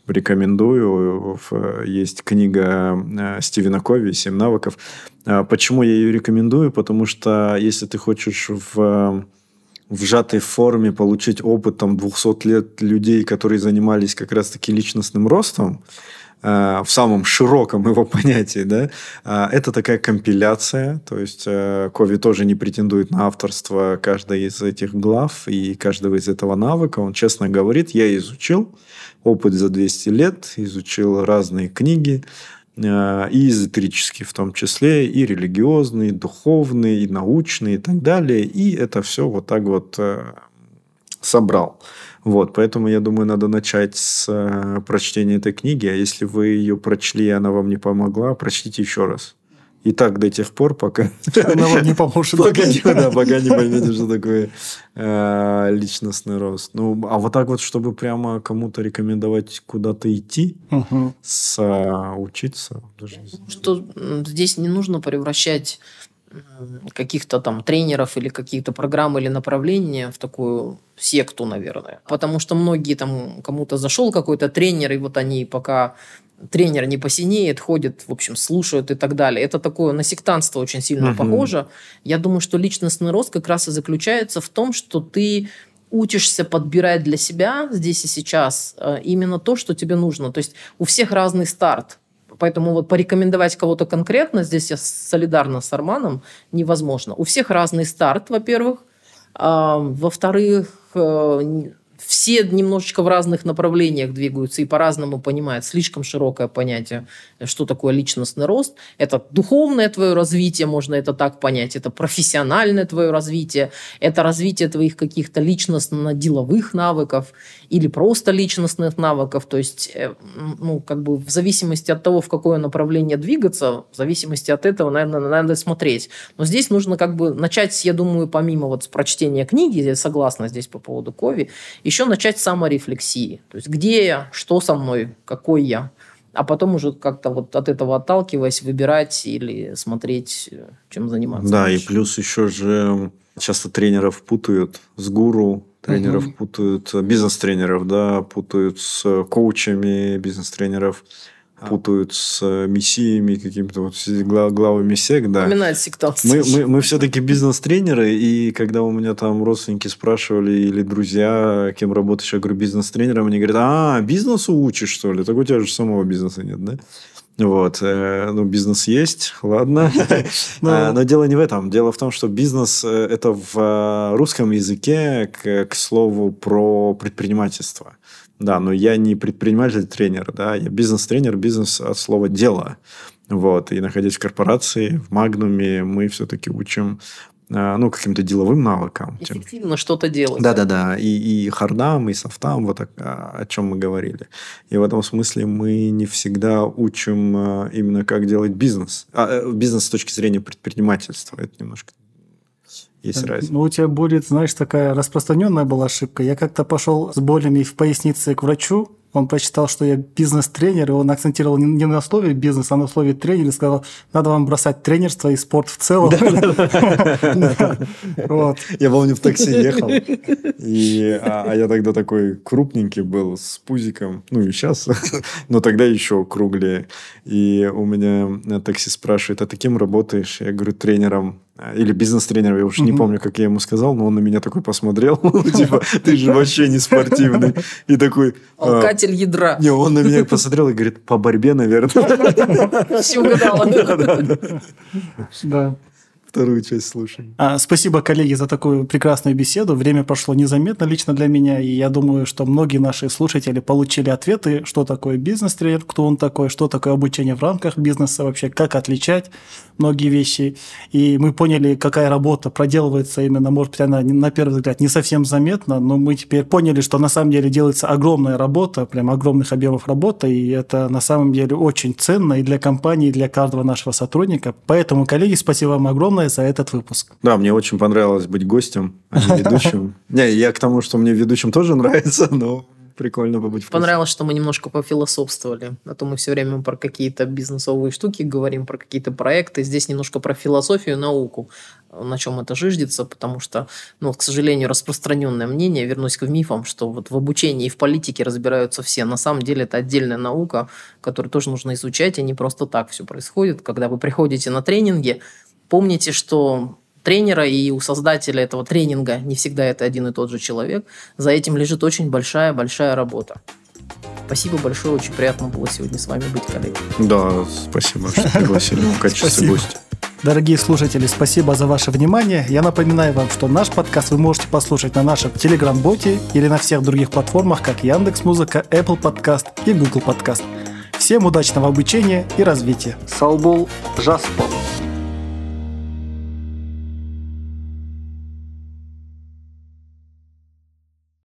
Speaker 2: рекомендую. Есть книга Стивена Кови «7 навыков». Почему я ее рекомендую? Потому что если ты хочешь в сжатой форме получить опыт 200 лет людей, которые занимались как раз-таки личностным ростом, в самом широком его понятии, да, это такая компиляция, то есть Кови тоже не претендует на авторство каждой из этих глав и каждого из этого навыка. Он честно говорит, я изучил опыт за 200 лет, изучил разные книги, и эзотерические в том числе, и религиозные, и духовные, и научные, и так далее. И это все вот так вот собрал. Вот, поэтому, я думаю, надо начать с прочтения этой книги. А если вы ее прочли, и она вам не помогла, прочтите еще раз. И так до тех пор, пока...
Speaker 1: Она вам не поможет.
Speaker 2: Пока не поймете, что такое личностный рост. Ну, а вот так вот, чтобы прямо кому-то рекомендовать куда-то идти, учиться.
Speaker 3: Что здесь не нужно превращать каких-то там тренеров или какие-то программы или направления в такую секту, наверное. Потому что многие там, кому-то зашел какой-то тренер, и вот они пока тренер не посинеет, ходят, в общем, слушают и так далее. Это такое на сектантство очень сильно похоже. Я думаю, что личностный рост как раз и заключается в том, что ты учишься подбирать для себя здесь и сейчас именно то, что тебе нужно. То есть у всех разный старт. Поэтому вот порекомендовать кого-то конкретно, здесь я солидарна с Арманом, невозможно. У всех разный старт, во-первых. Во-вторых, все немножечко в разных направлениях двигаются и по-разному понимают. Слишком широкое понятие, что такое личностный рост. Это духовное твое развитие, можно это так понять. Это профессиональное твое развитие. Это развитие твоих каких-то личностно-деловых навыков или просто личностных навыков. То есть, ну, как бы в зависимости от того, в какое направление двигаться, в зависимости от этого, наверное, надо смотреть. Но здесь нужно как бы начать, я думаю, помимо вот прочтения книги, я согласна здесь по поводу Кови, еще начать с саморефлексии. То есть, где я, что со мной, какой я. А потом уже как-то вот от этого отталкиваясь, выбирать или смотреть, чем заниматься.
Speaker 2: Да, и плюс еще же часто тренеров путают с гуру, тренеров путают, бизнес-тренеров, да, путают с коучами бизнес-тренеров, путают с мессиями, какими-то вот главами сект, да.
Speaker 3: Напоминает сектантство.
Speaker 2: Мы все-таки бизнес-тренеры, и когда у меня там родственники спрашивали или друзья, кем работаешь, я говорю, бизнес-тренером, они говорят, бизнесу учишь, что ли? Так у тебя же самого бизнеса нет, да? Вот, ну, бизнес есть, ладно. Но дело не в этом. Дело в том, что бизнес – это в русском языке, к слову, про предпринимательство. Да, но я не предприниматель-тренер, да, я бизнес-тренер, бизнес от слова «дело». Вот, и находясь в корпорации, в Магнуме, мы все-таки учим каким-то деловым навыкам.
Speaker 3: Эффективно что-то делать.
Speaker 2: Да-да-да, и хардам, и софтам, вот о чем мы говорили. И в этом смысле мы не всегда учим именно как делать бизнес. Бизнес с точки зрения предпринимательства. Это немножко есть разница.
Speaker 1: Ну, у тебя будет, знаешь, такая распространенная была ошибка. Я как-то пошел с болями в пояснице к врачу, он прочитал, что я бизнес-тренер, и он акцентировал не на слове бизнес, а на слове тренер, и сказал, надо вам бросать тренерство и спорт в целом.
Speaker 2: Я помню, в такси ехал, а я тогда такой крупненький был, с пузиком, ну и сейчас, но тогда еще круглее. И у меня таксист спрашивает, а ты кем работаешь? Я говорю, тренером. Или бизнес-тренером, я уж не помню, как я ему сказал, но он на меня такой посмотрел, типа, ты же вообще не спортивный. И такой...
Speaker 3: Алкатель ядра.
Speaker 2: Не, он на меня посмотрел и говорит, по борьбе, наверное.
Speaker 3: Все угадала.
Speaker 1: Да.
Speaker 2: Вторую часть слушаем.
Speaker 1: Спасибо, коллеги, за такую прекрасную беседу. Время прошло незаметно лично для меня, и я думаю, что многие наши слушатели получили ответы, что такое бизнес-тренер, кто он такой, что такое обучение в рамках бизнеса, вообще как отличать многие вещи. И мы поняли, какая работа проделывается именно, может быть, она на первый взгляд не совсем заметна, но мы теперь поняли, что на самом деле делается огромная работа, прям огромных объемов работы, и это на самом деле очень ценно и для компании, и для каждого нашего сотрудника. Поэтому, коллеги, спасибо вам огромное за этот выпуск.
Speaker 2: Да, мне очень понравилось быть гостем, а не ведущим. Не, я к тому, что мне ведущим тоже нравится, но Прикольно побыть в курсе.
Speaker 3: Понравилось, что мы немножко пофилософствовали. А то мы все время про какие-то бизнесовые штуки говорим, про какие-то проекты. Здесь немножко про философию и науку, на чем это зиждется, потому что, к сожалению, распространенное мнение, вернусь к мифам, что вот в обучении и в политике разбираются все. На самом деле это отдельная наука, которую тоже нужно изучать, и не просто так все происходит. Когда вы приходите на тренинги, помните, что тренера и у создателя этого тренинга не всегда это один и тот же человек. За этим лежит очень большая работа. Спасибо большое, очень приятно было сегодня с вами быть, коллеги.
Speaker 2: Да, спасибо, что пригласили в качестве гостя.
Speaker 1: Дорогие слушатели, спасибо за ваше внимание. Я напоминаю вам, что наш подкаст вы можете послушать на нашем Telegram-боте или на всех других платформах, как Яндекс.Музыка, Apple Podcast и Google Podcast. Всем удачного обучения и развития. Сау бол, жас бол.